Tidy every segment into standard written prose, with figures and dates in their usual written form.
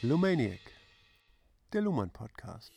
Lumaniac, der Luhmann Podcast.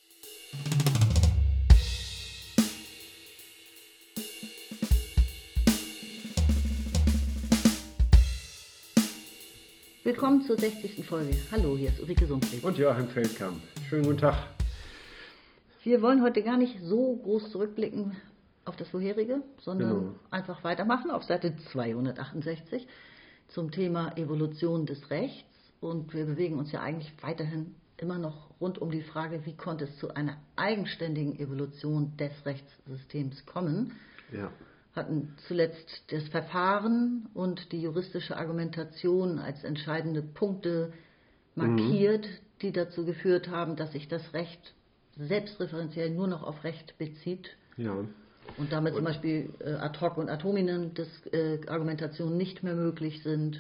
Willkommen zur 60. Folge. Hallo, hier ist Ulrike Sundfried. Und Joachim Feldkamp. Schönen guten Tag. Wir wollen heute gar nicht so groß zurückblicken auf das vorherige, sondern einfach weitermachen auf Seite 268 zum Thema Evolution des Rechts. Und wir bewegen uns ja eigentlich weiterhin immer noch rund um die Frage, wie konnte es zu einer eigenständigen Evolution des Rechtssystems kommen. Ja. Hatten zuletzt das Verfahren und die juristische Argumentation als entscheidende Punkte markiert, die dazu geführt haben, dass sich das Recht selbstreferenziell nur noch auf Recht bezieht. Ja. Und damit zum Beispiel ad hoc und ad hominem Argumentationen nicht mehr möglich sind.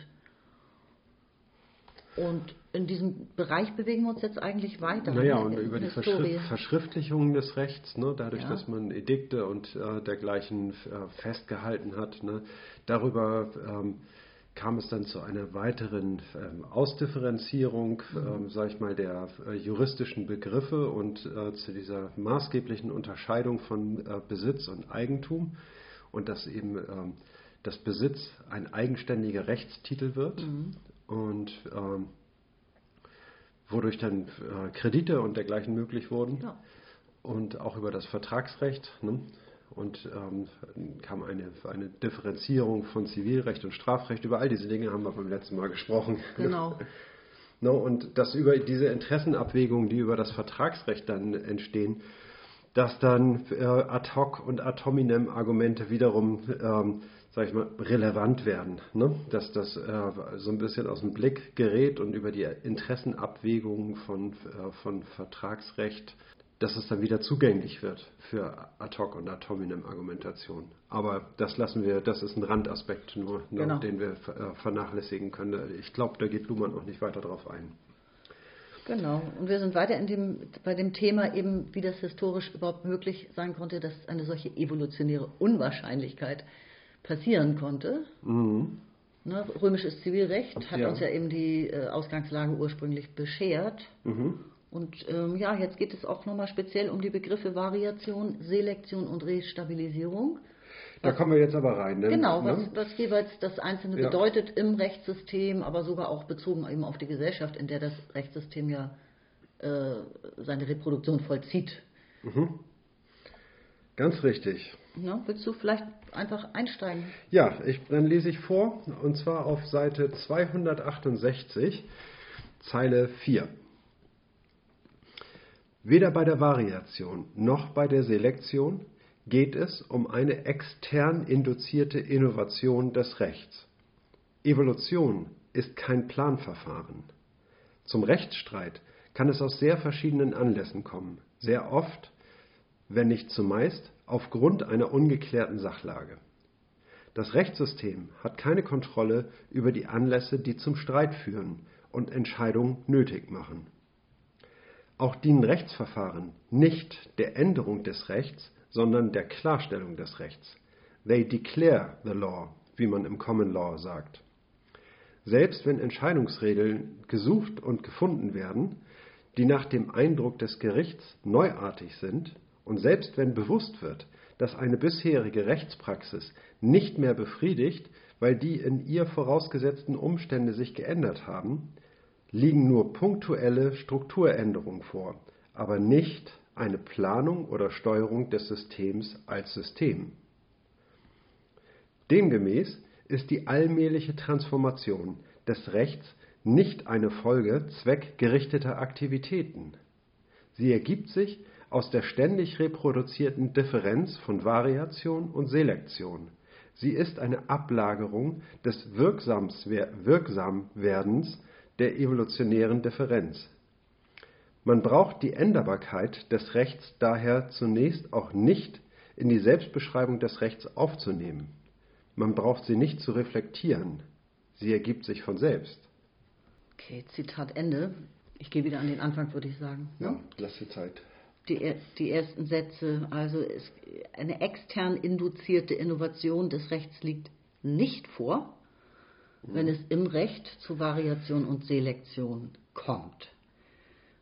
Und in diesem Bereich bewegen wir uns jetzt eigentlich weiter. Naja, und über die Verschriftlichung des Rechts, ne, dadurch, dass man Edikte und dergleichen festgehalten hat, ne, darüber kam es dann zu einer weiteren Ausdifferenzierung, sage ich mal, der juristischen Begriffe und zu dieser maßgeblichen Unterscheidung von Besitz und Eigentum und dass eben das Besitz ein eigenständiger Rechtstitel wird und wodurch dann Kredite und dergleichen möglich wurden und auch über das Vertragsrecht, ne? Und kam eine Differenzierung von Zivilrecht und Strafrecht. Über all diese Dinge haben wir beim letzten Mal gesprochen. Genau. No, und dass über diese Interessenabwägungen, die über das Vertragsrecht dann entstehen, dass dann ad hoc und ad hominem Argumente wiederum, sag ich mal, relevant werden. Ne? Dass das so ein bisschen aus dem Blick gerät und über die Interessenabwägungen von Vertragsrecht, dass es dann wieder zugänglich wird für ad hoc und ad hominem Argumentation. Aber das lassen wir, das ist ein Randaspekt nur, den wir vernachlässigen können. Ich glaube, da geht Luhmann auch nicht weiter drauf ein. Genau. Und wir sind weiter bei dem Thema eben, wie das historisch überhaupt möglich sein konnte, dass eine solche evolutionäre Unwahrscheinlichkeit passieren konnte. Mhm. Ne, römisches Zivilrecht hat uns ja eben die Ausgangslage ursprünglich beschert. Und jetzt geht es auch nochmal speziell um die Begriffe Variation, Selektion und Restabilisierung. Da kommen wir jetzt aber rein. Ne? Genau, was jeweils das Einzelne bedeutet im Rechtssystem, aber sogar auch bezogen eben auf die Gesellschaft, in der das Rechtssystem ja seine Reproduktion vollzieht. Ganz richtig. Ja, willst du vielleicht einfach einsteigen? Ja, dann lese ich vor, und zwar auf Seite 268, Zeile 4. Weder bei der Variation noch bei der Selektion geht es um eine extern induzierte Innovation des Rechts. Evolution ist kein Planverfahren. Zum Rechtsstreit kann es aus sehr verschiedenen Anlässen kommen, sehr oft, wenn nicht zumeist, aufgrund einer ungeklärten Sachlage. Das Rechtssystem hat keine Kontrolle über die Anlässe, die zum Streit führen und Entscheidungen nötig machen. Auch dienen Rechtsverfahren nicht der Änderung des Rechts, sondern der Klarstellung des Rechts. They declare the law, wie man im Common Law sagt. Selbst wenn Entscheidungsregeln gesucht und gefunden werden, die nach dem Eindruck des Gerichts neuartig sind, und selbst wenn bewusst wird, dass eine bisherige Rechtspraxis nicht mehr befriedigt, weil die in ihr vorausgesetzten Umstände sich geändert haben, liegen nur punktuelle Strukturänderungen vor, aber nicht eine Planung oder Steuerung des Systems als System. Demgemäß ist die allmähliche Transformation des Rechts nicht eine Folge zweckgerichteter Aktivitäten. Sie ergibt sich aus der ständig reproduzierten Differenz von Variation und Selektion. Sie ist eine Ablagerung des Wirksamwerdens der evolutionären Differenz. Man braucht die Änderbarkeit des Rechts daher zunächst auch nicht in die Selbstbeschreibung des Rechts aufzunehmen. Man braucht sie nicht zu reflektieren. Sie ergibt sich von selbst. Okay, Zitat Ende. Ich gehe wieder an den Anfang, würde ich sagen. Ja, lass die Zeit. Die ersten Sätze, also eine extern induzierte Innovation des Rechts liegt nicht vor, wenn es im Recht zu Variation und Selektion kommt.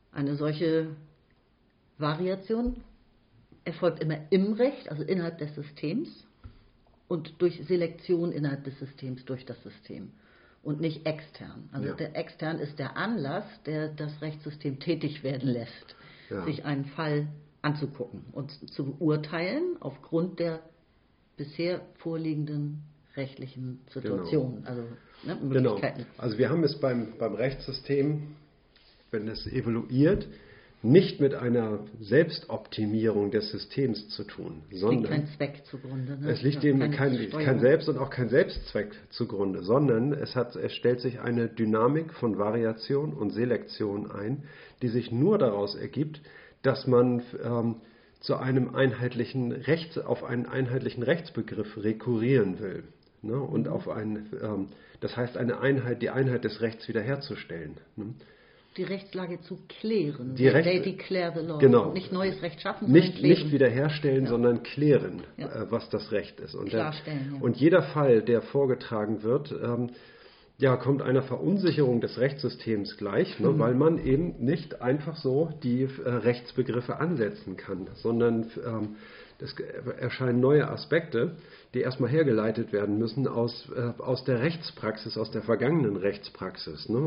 Eine solche Variation erfolgt immer im Recht, also innerhalb des Systems, und durch Selektion innerhalb des Systems durch das System und nicht extern. Also der extern ist der Anlass, der das Rechtssystem tätig werden lässt, sich einen Fall anzugucken und zu beurteilen aufgrund der bisher vorliegenden rechtlichen Situation. Also Möglichkeiten. Also wir haben es beim Rechtssystem, wenn es evaluiert, nicht mit einer Selbstoptimierung des Systems zu tun, sondern liegt kein Zweck zugrunde. Ne? Es liegt dem kein Selbst- und auch kein Selbstzweck zugrunde, sondern es stellt sich eine Dynamik von Variation und Selektion ein, die sich nur daraus ergibt, dass man auf einen einheitlichen Rechtsbegriff rekurrieren will. Ne? Und das heißt, die Einheit des Rechts wiederherzustellen. Ne? Die Rechtslage zu klären. They declare the law. Genau. Und nicht neues Recht schaffen, sondern klären. Nicht wiederherstellen, sondern klären, was das Recht ist. Klarstellen, und jeder Fall, der vorgetragen wird, kommt einer Verunsicherung des Rechtssystems gleich, ne, weil man eben nicht einfach so die Rechtsbegriffe ansetzen kann, sondern es erscheinen neue Aspekte, die erstmal hergeleitet werden müssen aus der Rechtspraxis, aus der vergangenen Rechtspraxis. Ne?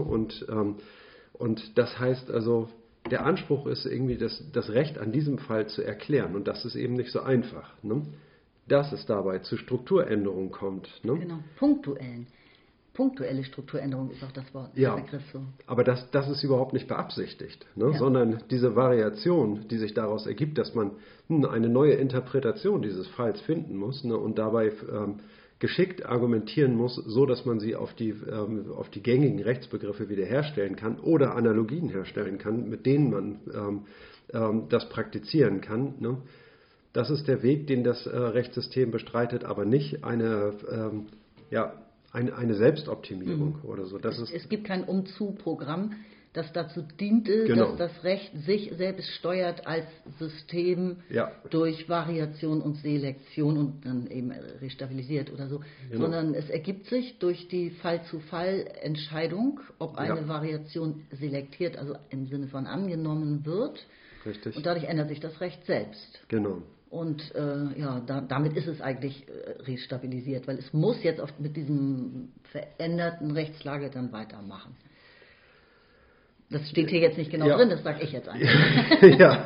Und das heißt also, der Anspruch ist irgendwie, das Recht an diesem Fall zu erklären. Und das ist eben nicht so einfach. Ne? Dass es dabei zu Strukturänderungen kommt. Ne? Genau, punktuelle Strukturänderung ist auch das Wort, der Begriff so. Aber das ist überhaupt nicht beabsichtigt, ne? Sondern diese Variation, die sich daraus ergibt, dass man eine neue Interpretation dieses Falls finden muss, ne? Und dabei geschickt argumentieren muss, so dass man sie auf die gängigen Rechtsbegriffe wiederherstellen kann oder Analogien herstellen kann, mit denen man das praktizieren kann. Ne? Das ist der Weg, den das Rechtssystem bestreitet, aber nicht eine Selbstoptimierung oder so. Es gibt kein Umzu-Programm, das dazu diente, dass das Recht sich selbst steuert als System durch Variation und Selektion und dann eben restabilisiert oder so, sondern es ergibt sich durch die Fall-zu-Fall-Entscheidung, ob eine Variation selektiert, also im Sinne von angenommen wird. Richtig. Und dadurch ändert sich das Recht selbst. Genau. Und damit ist es eigentlich restabilisiert, weil es muss jetzt mit diesem veränderten Rechtslage dann weitermachen. Das steht hier jetzt nicht genau drin, das sage ich jetzt einfach.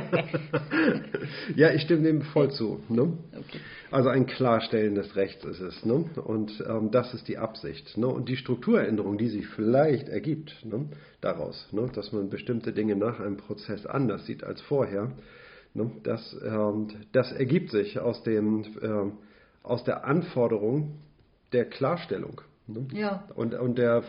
Ja, ich stimme dem voll zu. Ne? Okay. Also ein Klarstellen des Rechts ist es. Ne? Und das ist die Absicht. Ne? Und die Strukturänderung, die sich vielleicht ergibt, ne? Daraus, ne? Dass man bestimmte Dinge nach einem Prozess anders sieht als vorher, ne? Das ergibt sich aus der Anforderung der Klarstellung. Ne? Ja. Und der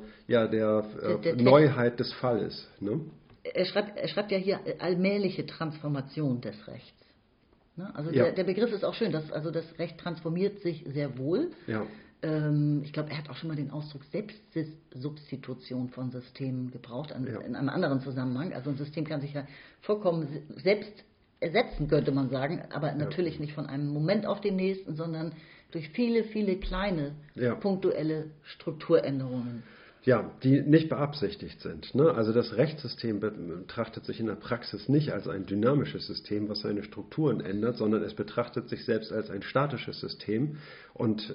Neuheit des Falles. Ne? Er schreibt ja hier allmähliche Transformation des Rechts. Ne? Also der Begriff ist auch schön, das Recht transformiert sich sehr wohl. Ja. Ich glaube, er hat auch schon mal den Ausdruck Selbstsubstitution von Systemen gebraucht, in einem anderen Zusammenhang. Also ein System kann sich ja vollkommen selbst ersetzen, könnte man sagen, aber natürlich nicht von einem Moment auf den nächsten, sondern durch viele, viele kleine punktuelle Strukturänderungen. Ja, die nicht beabsichtigt sind. Ne? Also das Rechtssystem betrachtet sich in der Praxis nicht als ein dynamisches System, was seine Strukturen ändert, sondern es betrachtet sich selbst als ein statisches System. Und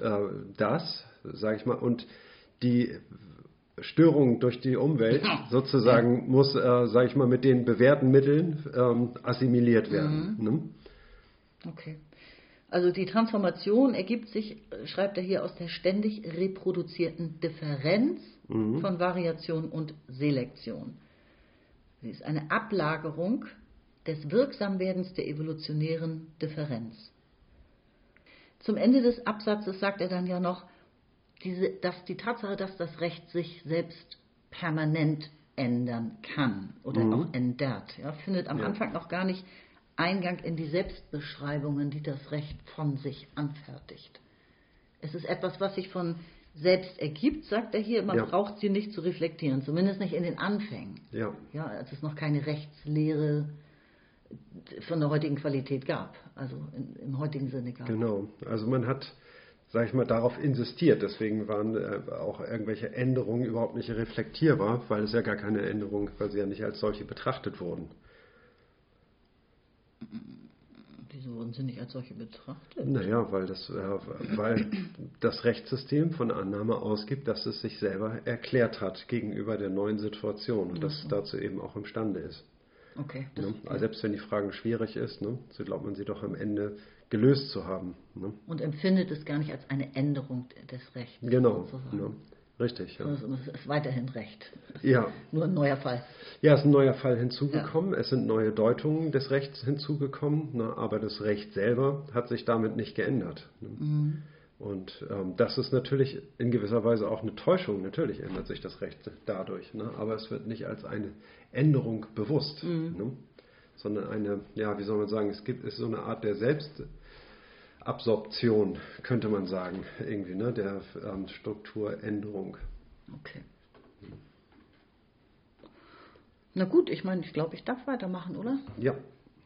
und die Störung durch die Umwelt sozusagen muss, mit den bewährten Mitteln assimiliert werden. Ne? Okay. Also die Transformation ergibt sich, schreibt er hier, aus der ständig reproduzierten Differenz von Variation und Selektion. Sie ist eine Ablagerung des Wirksamwerdens der evolutionären Differenz. Zum Ende des Absatzes sagt er dann ja noch, dass die Tatsache, dass das Recht sich selbst permanent ändern kann oder auch ändert, findet am Anfang noch gar nicht Eingang in die Selbstbeschreibungen, die das Recht von sich anfertigt. Es ist etwas, was sich von selbst ergibt, sagt er hier, man braucht sie nicht zu reflektieren, zumindest nicht in den Anfängen. Als es noch keine Rechtslehre von der heutigen Qualität gab, also im heutigen Sinne gab. Genau, also man hat sage ich mal, darauf insistiert. Deswegen waren auch irgendwelche Änderungen überhaupt nicht reflektierbar, weil es ja gar keine Änderung, weil sie ja nicht als solche betrachtet wurden. Wieso wurden sie nicht als solche betrachtet? Naja, weil das Rechtssystem von Annahme ausgibt, dass es sich selber erklärt hat gegenüber der neuen Situation und dass es dazu eben auch imstande ist. Okay. Also selbst wenn die Frage schwierig ist, so glaubt man sie doch am Ende gelöst zu haben. Und empfindet es gar nicht als eine Änderung des Rechts. Genau, richtig. Ja. Also es ist weiterhin Recht. Ja. Nur ein neuer Fall. Ja, es ist ein neuer Fall hinzugekommen. Ja. Es sind neue Deutungen des Rechts hinzugekommen, aber das Recht selber hat sich damit nicht geändert. Mhm. Und das ist natürlich in gewisser Weise auch eine Täuschung. Natürlich ändert sich das Recht dadurch, aber es wird nicht als eine Änderung bewusst, sondern eine, ja, wie soll man sagen, ist so eine Art der Selbstabsorption, könnte man sagen, irgendwie, der Strukturänderung. Okay. Na gut, ich glaube, ich darf weitermachen, oder? Ja.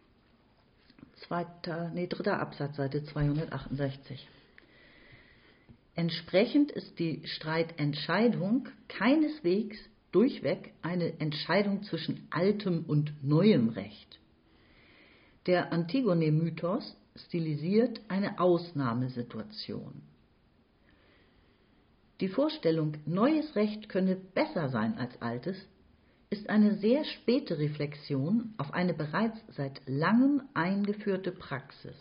Dritter Absatz, Seite 268. Entsprechend ist die Streitentscheidung keineswegs durchweg eine Entscheidung zwischen altem und neuem Recht. Der Antigone-Mythos stilisiert eine Ausnahmesituation. Die Vorstellung, neues Recht könne besser sein als altes, ist eine sehr späte Reflexion auf eine bereits seit langem eingeführte Praxis.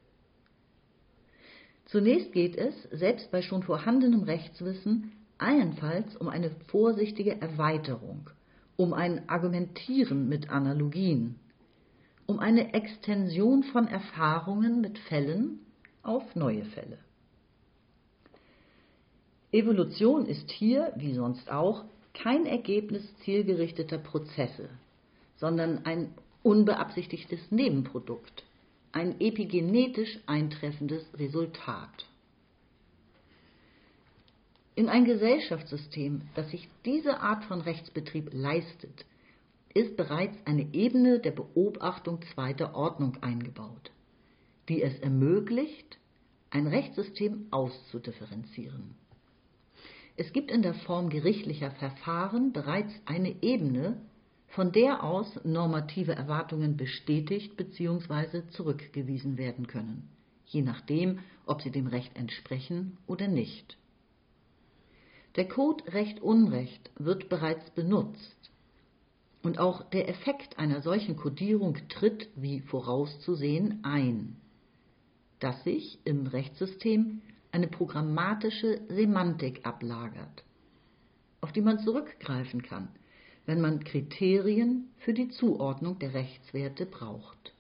Zunächst geht es, selbst bei schon vorhandenem Rechtswissen, allenfalls um eine vorsichtige Erweiterung, um ein Argumentieren mit Analogien, um eine Extension von Erfahrungen mit Fällen auf neue Fälle. Evolution ist hier, wie sonst auch, kein Ergebnis zielgerichteter Prozesse, sondern ein unbeabsichtigtes Nebenprodukt, ein epigenetisch eintreffendes Resultat. In ein Gesellschaftssystem, das sich diese Art von Rechtsbetrieb leistet, ist bereits eine Ebene der Beobachtung zweiter Ordnung eingebaut, die es ermöglicht, ein Rechtssystem auszudifferenzieren. Es gibt in der Form gerichtlicher Verfahren bereits eine Ebene, von der aus normative Erwartungen bestätigt bzw. zurückgewiesen werden können, je nachdem, ob sie dem Recht entsprechen oder nicht. Der Code Recht-Unrecht wird bereits benutzt und auch der Effekt einer solchen Kodierung tritt, wie vorauszusehen, ein, dass sich im Rechtssystem eine programmatische Semantik ablagert, auf die man zurückgreifen kann, wenn man Kriterien für die Zuordnung der Rechtswerte braucht.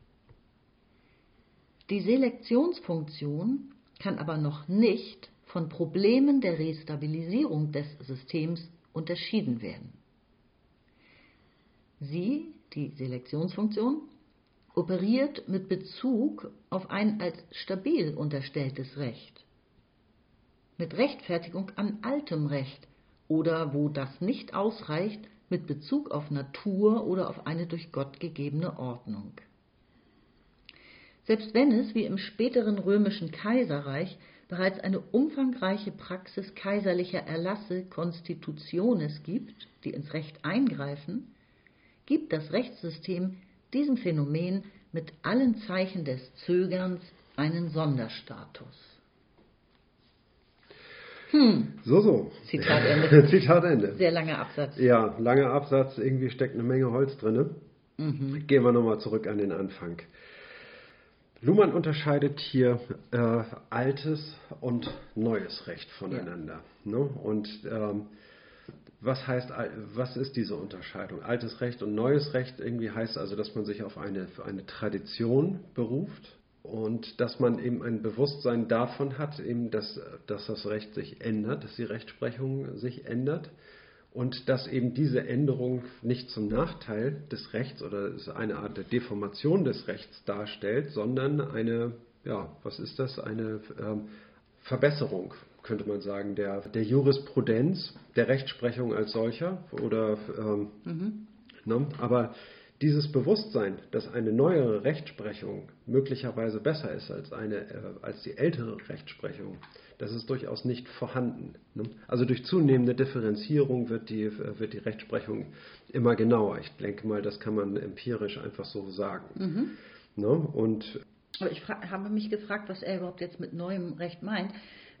Die Selektionsfunktion kann aber noch nicht von Problemen der Restabilisierung des Systems unterschieden werden. Sie, die Selektionsfunktion, operiert mit Bezug auf ein als stabil unterstelltes Recht, mit Rechtfertigung an altem Recht oder, wo das nicht ausreicht, mit Bezug auf Natur oder auf eine durch Gott gegebene Ordnung. Selbst wenn es, wie im späteren römischen Kaiserreich, bereits eine umfangreiche Praxis kaiserlicher Erlasse Constitutiones gibt, die ins Recht eingreifen, gibt das Rechtssystem diesem Phänomen mit allen Zeichen des Zögerns einen Sonderstatus. So. Zitat Ende. Zitat Ende. Sehr langer Absatz. Ja, langer Absatz, irgendwie steckt eine Menge Holz drin. Gehen wir nochmal zurück an den Anfang. Luhmann unterscheidet hier altes und neues Recht voneinander. Ja. Und was ist diese Unterscheidung? Altes Recht und neues Recht irgendwie heißt also, dass man sich auf eine Tradition beruft und dass man eben ein Bewusstsein davon hat, eben, dass das Recht sich ändert, dass die Rechtsprechung sich ändert und dass eben diese Änderung nicht zum Nachteil des Rechts oder eine Art der Deformation des Rechts darstellt, sondern eine Verbesserung, könnte man sagen, der Jurisprudenz, der Rechtsprechung als solcher. Aber Dieses Bewusstsein, dass eine neuere Rechtsprechung möglicherweise besser ist als die ältere Rechtsprechung, das ist durchaus nicht vorhanden. Ne? Also durch zunehmende Differenzierung wird die Rechtsprechung immer genauer. Ich denke mal, das kann man empirisch einfach so sagen. Ne? Und aber ich habe mich gefragt, was er überhaupt jetzt mit neuem Recht meint.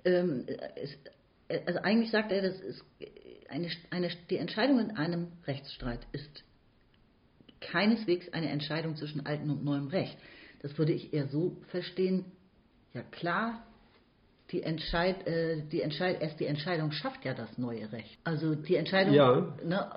Also eigentlich sagt er, das ist die Entscheidung in einem Rechtsstreit ist keineswegs eine Entscheidung zwischen altem und neuem Recht. Das würde ich eher so verstehen, ja klar, die Entscheidung schafft ja das neue Recht. Also die Entscheidung, ja.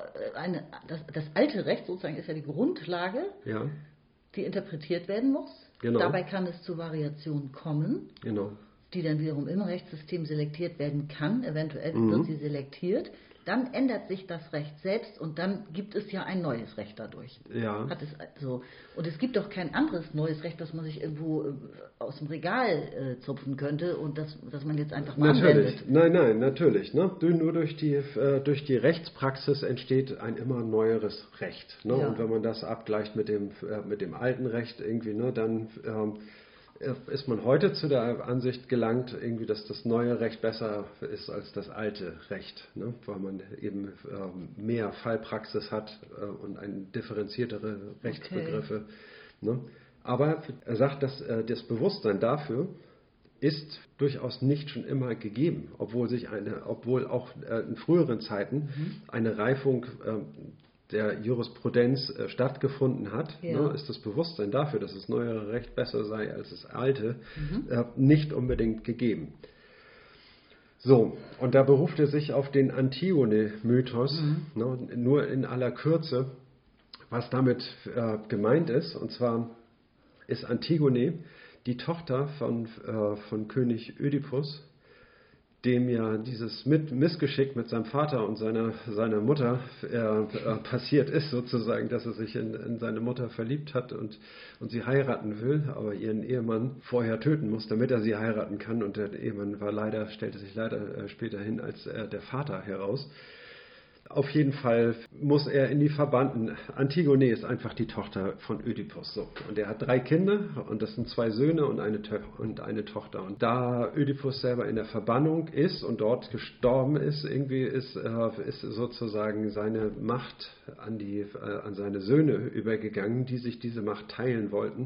Das alte Recht sozusagen ist ja die Grundlage, ja. die interpretiert werden muss. Genau. Dabei kann es zu Variationen kommen, genau. die dann wiederum im Rechtssystem selektiert werden kann. Eventuell wird sie selektiert. Dann ändert sich das Recht selbst und dann gibt es ja ein neues Recht dadurch. Ja. Und es gibt doch kein anderes neues Recht, das man sich irgendwo aus dem Regal zupfen könnte und das man jetzt einfach mal anwendet. Nein, natürlich. Ne? Nur durch die Rechtspraxis entsteht ein immer neueres Recht. Ne? Ja. Und wenn man das abgleicht mit dem alten Recht irgendwie, ne, dann ist man heute zu der Ansicht gelangt, irgendwie, dass das neue Recht besser ist als das alte Recht, ne? Weil man eben mehr Fallpraxis hat und differenziertere Rechtsbegriffe. Okay. Ne? Aber er sagt, dass das Bewusstsein dafür ist durchaus nicht schon immer gegeben, obwohl auch in früheren Zeiten eine Reifung der Jurisprudenz stattgefunden hat, ja. Ne, ist das Bewusstsein dafür, dass das neuere Recht besser sei als das alte, nicht unbedingt gegeben. So, und da beruft er sich auf den Antigone-Mythos, ne, nur in aller Kürze, was damit gemeint ist. Und zwar ist Antigone die Tochter von König Ödipus, dem ja dieses Missgeschick mit seinem Vater und seiner Mutter passiert ist, sozusagen, dass er sich in seine Mutter verliebt hat und sie heiraten will, aber ihren Ehemann vorher töten muss, damit er sie heiraten kann. Und der Ehemann stellte sich leider späterhin als der Vater heraus. Auf jeden Fall muss er in die Verbannten. Antigone ist einfach die Tochter von Ödipus. So. Und er hat 3 Kinder und das sind 2 Söhne und eine Tochter. Und da Ödipus selber in der Verbannung ist und dort gestorben ist, irgendwie ist sozusagen seine Macht an seine Söhne übergegangen, die sich diese Macht teilen wollten.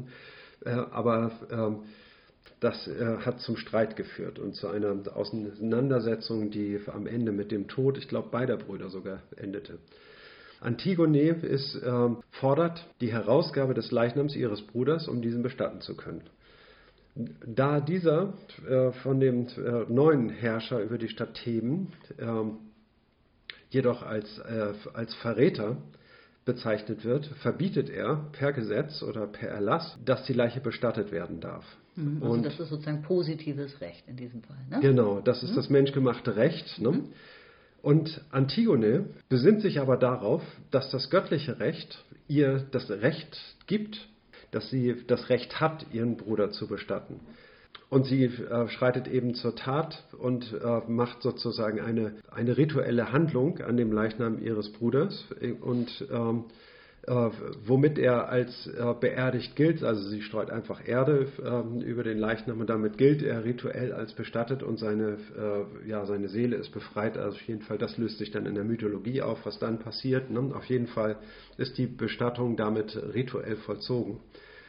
Das hat zum Streit geführt und zu einer Auseinandersetzung, die am Ende mit dem Tod, ich glaube, beider Brüder sogar endete. Antigone fordert die Herausgabe des Leichnams ihres Bruders, um diesen bestatten zu können. Da dieser von dem neuen Herrscher über die Stadt Theben jedoch als Verräter bezeichnet wird, verbietet er per Gesetz oder per Erlass, dass die Leiche bestattet werden darf. Also und das ist sozusagen positives Recht in diesem Fall. Ne? Genau, das ist das menschgemachte Recht. Ne? Und Antigone besinnt sich aber darauf, dass das göttliche Recht ihr das Recht gibt, dass sie das Recht hat, ihren Bruder zu bestatten. Und sie schreitet eben zur Tat und macht sozusagen eine rituelle Handlung an dem Leichnam ihres Bruders und womit er als beerdigt gilt. Also sie streut einfach Erde über den Leichnam und damit gilt er rituell als bestattet und seine Seele ist befreit. Also auf jeden Fall, das löst sich dann in der Mythologie auf, was dann passiert. Ne? Auf jeden Fall ist die Bestattung damit rituell vollzogen.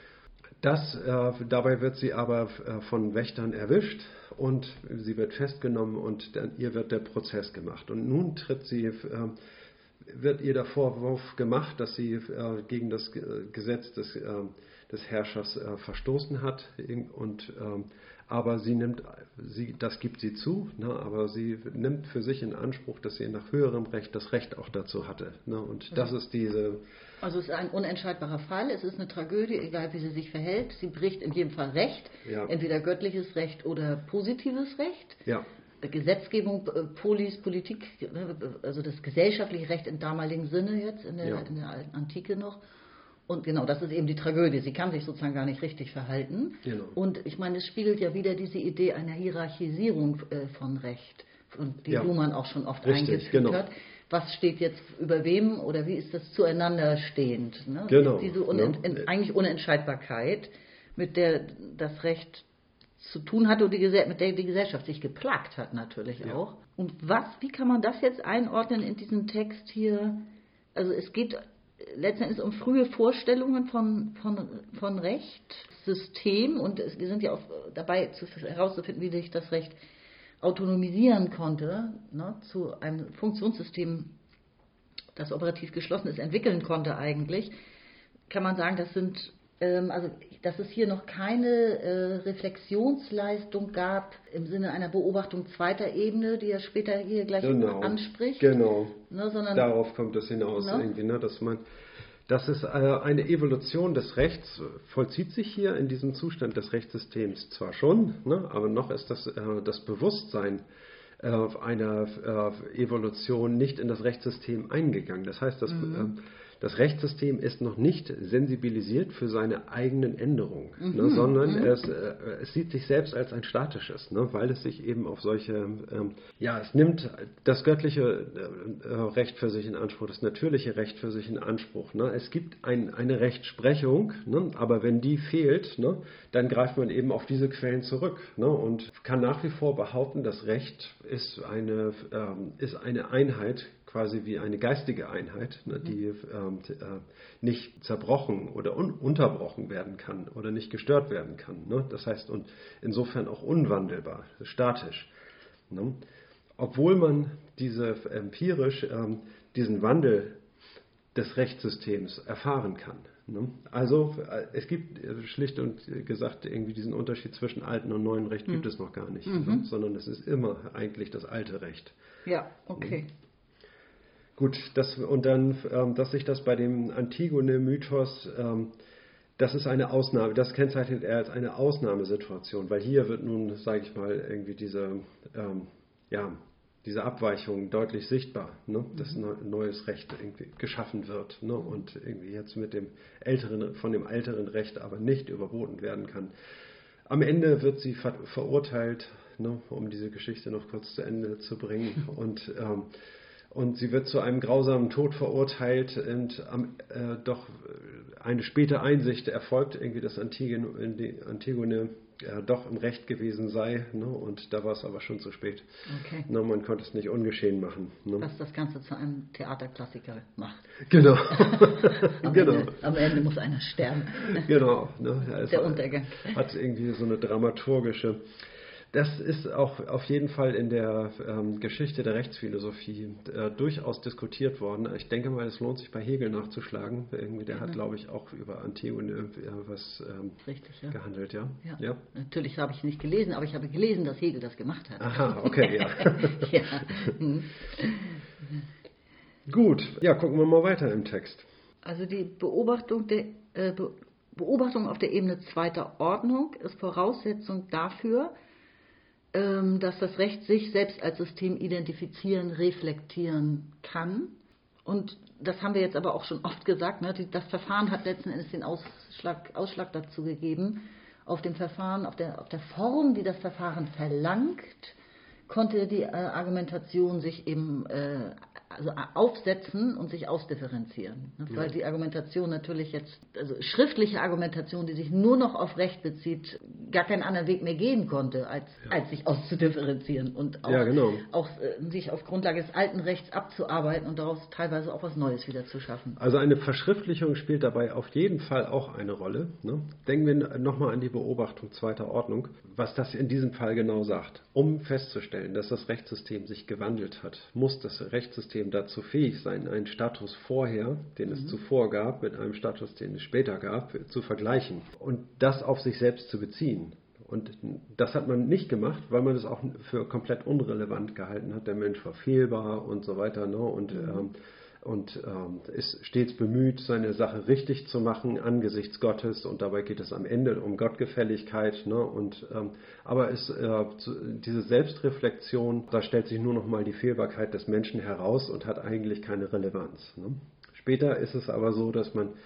Dabei wird sie aber von Wächtern erwischt und sie wird festgenommen und ihr wird der Prozess gemacht. Und nun wird ihr der Vorwurf gemacht, dass sie gegen das Gesetz des Herrschers verstoßen hat. Aber das gibt sie zu, ne, aber sie nimmt für sich in Anspruch, dass sie nach höherem Recht das Recht auch dazu hatte. Ne, und das ist Also es ist ein unentscheidbarer Fall, es ist eine Tragödie, egal wie sie sich verhält. Sie bricht in jedem Fall Recht, entweder göttliches Recht oder positives Recht. Ja. Gesetzgebung, Politik, also das gesellschaftliche Recht im damaligen Sinne jetzt, in der alten Antike noch. Und genau, das ist eben die Tragödie. Sie kann sich sozusagen gar nicht richtig verhalten. Genau. Und ich meine, es spiegelt ja wieder diese Idee einer Hierarchisierung von Recht, die Luhmann auch schon oft eingeführt hat. was steht jetzt über wem oder wie ist das zueinander stehend. Ne? Genau. Diese eigentlich Unentscheidbarkeit, mit der das Recht zu tun hatte und mit der die Gesellschaft sich geplagt hat natürlich auch. Und wie kann man das jetzt einordnen in diesem Text hier? Also es geht letzten Endes um frühe Vorstellungen von Recht, System, und wir sind ja auch dabei herauszufinden, wie sich das Recht autonomisieren konnte, ne, zu einem Funktionssystem, das operativ geschlossen ist, entwickeln konnte eigentlich. Kann man sagen, dass es hier noch keine Reflexionsleistung gab im Sinne einer Beobachtung zweiter Ebene, die er später hier gleich anspricht. Genau, ne, sondern, darauf kommt es hinaus, ne? irgendwie, ne, dass es eine Evolution des Rechts vollzieht sich hier in diesem Zustand des Rechtssystems zwar schon, ne, aber noch ist das Bewusstsein einer Evolution nicht in das Rechtssystem eingegangen. Das heißt, das Rechtssystem ist noch nicht sensibilisiert für seine eigenen Änderungen, ne, sondern es sieht sich selbst als ein statisches, ne, weil es sich eben auf solche, es nimmt das göttliche Recht für sich in Anspruch, das natürliche Recht für sich in Anspruch. Ne. Es gibt eine Rechtsprechung, ne, aber wenn die fehlt, ne, dann greift man eben auf diese Quellen zurück, ne, und kann nach wie vor behaupten, das Recht ist eine Einheit, quasi wie eine geistige Einheit, ne, die nicht zerbrochen oder unterbrochen werden kann oder nicht gestört werden kann. Ne? Das heißt, und insofern auch unwandelbar, statisch. Ne? Obwohl man empirisch diesen Wandel des Rechtssystems erfahren kann. Ne? Also es gibt schlicht und gesagt irgendwie diesen Unterschied zwischen altem und neuem Recht gibt es noch gar nicht, ne? Sondern es ist immer eigentlich das alte Recht. Ja, okay. Ne? Gut, dass sich das bei dem Antigone-Mythos, das ist eine Ausnahme, das kennzeichnet er als eine Ausnahmesituation, weil hier wird nun, sage ich mal, irgendwie diese Abweichung deutlich sichtbar, ne, dass neues Recht irgendwie geschaffen wird, ne, und irgendwie jetzt von dem älteren Recht aber nicht überboten werden kann. Am Ende wird sie verurteilt, ne, um diese Geschichte noch kurz zu Ende zu bringen, und sie wird zu einem grausamen Tod verurteilt und doch eine späte Einsicht erfolgt, irgendwie, dass Antigone doch im Recht gewesen sei, ne, und da war es aber schon zu spät. Okay. Ne, man konnte es nicht ungeschehen machen. Ne. Was das Ganze zu einem Theaterklassiker macht. Genau. Am Ende muss einer sterben. Genau. Ne, der Untergang. Hat irgendwie so eine dramaturgische. Das ist auch auf jeden Fall in der Geschichte der Rechtsphilosophie durchaus diskutiert worden. Ich denke mal, es lohnt sich bei Hegel nachzuschlagen. Irgendwie, der hat, glaube ich, auch über Antigone was Richtig, ja. gehandelt. Ja? Natürlich habe ich nicht gelesen, aber ich habe gelesen, dass Hegel das gemacht hat. Aha, okay, ja. Ja. Gut, ja, gucken wir mal weiter im Text. Also die Beobachtung auf der Ebene zweiter Ordnung ist Voraussetzung dafür, dass das Recht sich selbst als System identifizieren, reflektieren kann. Und das haben wir jetzt aber auch schon oft gesagt, ne? Das Verfahren hat letzten Endes den Ausschlag dazu gegeben. Auf dem Verfahren, auf der Form, die das Verfahren verlangt, konnte die Argumentation sich eben aufsetzen und sich ausdifferenzieren. Ne? Weil die Argumentation natürlich jetzt, also schriftliche Argumentation, die sich nur noch auf Recht bezieht, gar keinen anderen Weg mehr gehen konnte, als sich auszudifferenzieren und auch sich auf Grundlage des alten Rechts abzuarbeiten und daraus teilweise auch was Neues wieder zu schaffen. Also eine Verschriftlichung spielt dabei auf jeden Fall auch eine Rolle. Ne? Denken wir nochmal an die Beobachtung zweiter Ordnung, was das in diesem Fall genau sagt. Um festzustellen, dass das Rechtssystem sich gewandelt hat, muss das Rechtssystem dazu fähig sein, einen Status vorher, den es zuvor gab, mit einem Status, den es später gab, zu vergleichen und das auf sich selbst zu beziehen. Und das hat man nicht gemacht, weil man es auch für komplett unrelevant gehalten hat. Der Mensch war fehlbar und so weiter, ne? Und ist stets bemüht, seine Sache richtig zu machen angesichts Gottes, und dabei geht es am Ende um Gottgefälligkeit. Ne? Aber diese Selbstreflexion, da stellt sich nur noch mal die Fehlbarkeit des Menschen heraus und hat eigentlich keine Relevanz. Ne? Später ist es aber so, dass man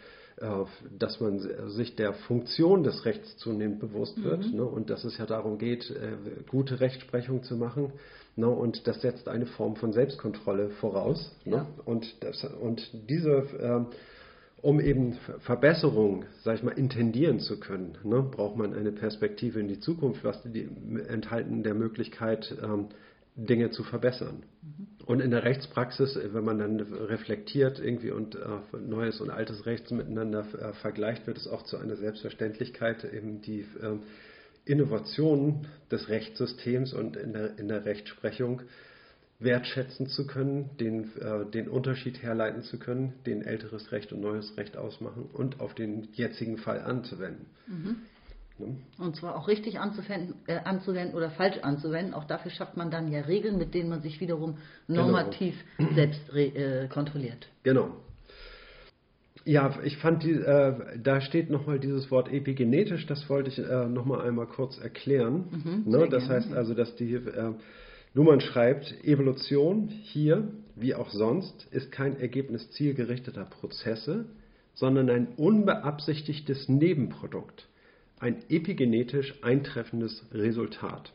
dass man sich der Funktion des Rechts zunehmend bewusst wird, ne, und dass es ja darum geht, gute Rechtsprechung zu machen. Ne, und das setzt eine Form von Selbstkontrolle voraus. Ja. Ne, und diese, um eben Verbesserung, sag ich mal, intendieren zu können, ne, braucht man eine Perspektive in die Zukunft, was die enthalten der Möglichkeit, Dinge zu verbessern. Und in der Rechtspraxis, wenn man dann reflektiert irgendwie und neues und altes Recht miteinander vergleicht, wird es auch zu einer Selbstverständlichkeit, eben die Innovation des Rechtssystems und in der Rechtsprechung wertschätzen zu können, den Unterschied herleiten zu können, den älteres Recht und neues Recht ausmachen und auf den jetzigen Fall anzuwenden. Und zwar auch richtig anzuwenden oder falsch anzuwenden. Auch dafür schafft man dann ja Regeln, mit denen man sich wiederum normativ selbst kontrolliert. Genau. Ja, ich fand, da steht nochmal dieses Wort epigenetisch, das wollte ich nochmal einmal kurz erklären. Ne? Das heißt also, dass Luhmann schreibt, Evolution hier, wie auch sonst, ist kein Ergebnis zielgerichteter Prozesse, sondern ein unbeabsichtigtes Nebenprodukt. Ein epigenetisch eintreffendes Resultat.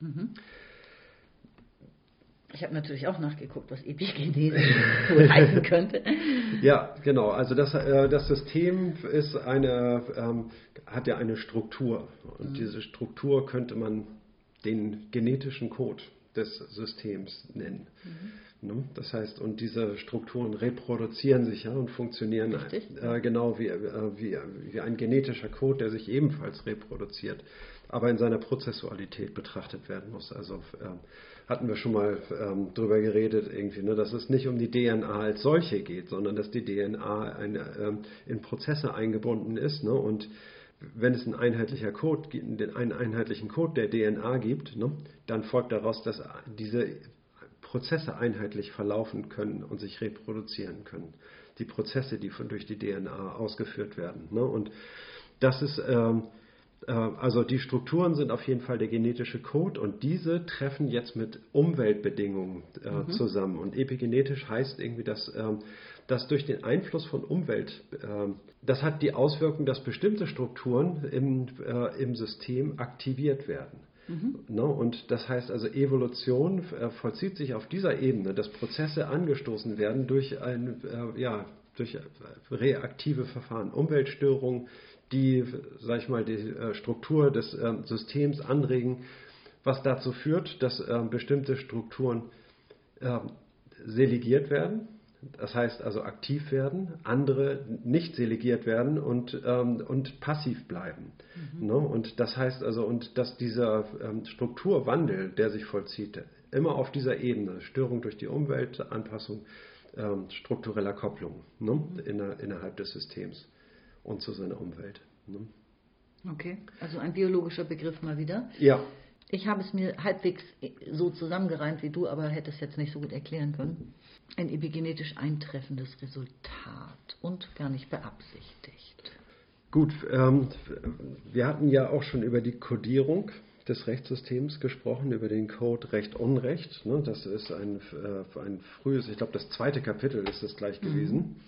Ich habe natürlich auch nachgeguckt, was epigenetisch wohl heißen könnte. Ja, genau. Also das System ist hat ja eine Struktur. Und diese Struktur könnte man den genetischen Code des Systems nennen. Das heißt, und diese Strukturen reproduzieren sich ja und funktionieren genau wie ein genetischer Code, der sich ebenfalls reproduziert, aber in seiner Prozessualität betrachtet werden muss. Also hatten wir schon mal drüber geredet, irgendwie, ne, dass es nicht um die DNA als solche geht, sondern dass die DNA in Prozesse eingebunden ist, ne, und wenn es einen einheitlichen Code der DNA gibt, ne, dann folgt daraus, dass diese Prozesse einheitlich verlaufen können und sich reproduzieren können. Die Prozesse, die durch die DNA ausgeführt werden. Ne? Und das ist, also die Strukturen sind auf jeden Fall der genetische Code und diese treffen jetzt mit Umweltbedingungen zusammen. Und epigenetisch heißt irgendwie, dass durch den Einfluss von Umwelt, das hat die Auswirkung, dass bestimmte Strukturen im System aktiviert werden. No, und das heißt also, Evolution vollzieht sich auf dieser Ebene, dass Prozesse angestoßen werden durch durch reaktive Verfahren, Umweltstörungen, die, sag ich mal, die Struktur des Systems anregen, was dazu führt, dass bestimmte Strukturen selegiert werden. Das heißt also aktiv werden, andere nicht selegiert werden und passiv bleiben. Ne? Und das heißt also, und dass dieser Strukturwandel, der sich vollzieht, immer auf dieser Ebene, Störung durch die Umwelt, Anpassung struktureller Kopplung, ne? Innerhalb des Systems und zu seiner Umwelt. Ne? Okay, also ein biologischer Begriff mal wieder. Ja. Ich habe es mir halbwegs so zusammengereimt wie du, aber hätte es jetzt nicht so gut erklären können. Ein epigenetisch eintreffendes Resultat und gar nicht beabsichtigt. Gut, wir hatten ja auch schon über die Kodierung des Rechtssystems gesprochen, über den Code Recht-Unrecht. Ne? Das ist ein frühes, ich glaube das 2. Kapitel ist es gleich gewesen.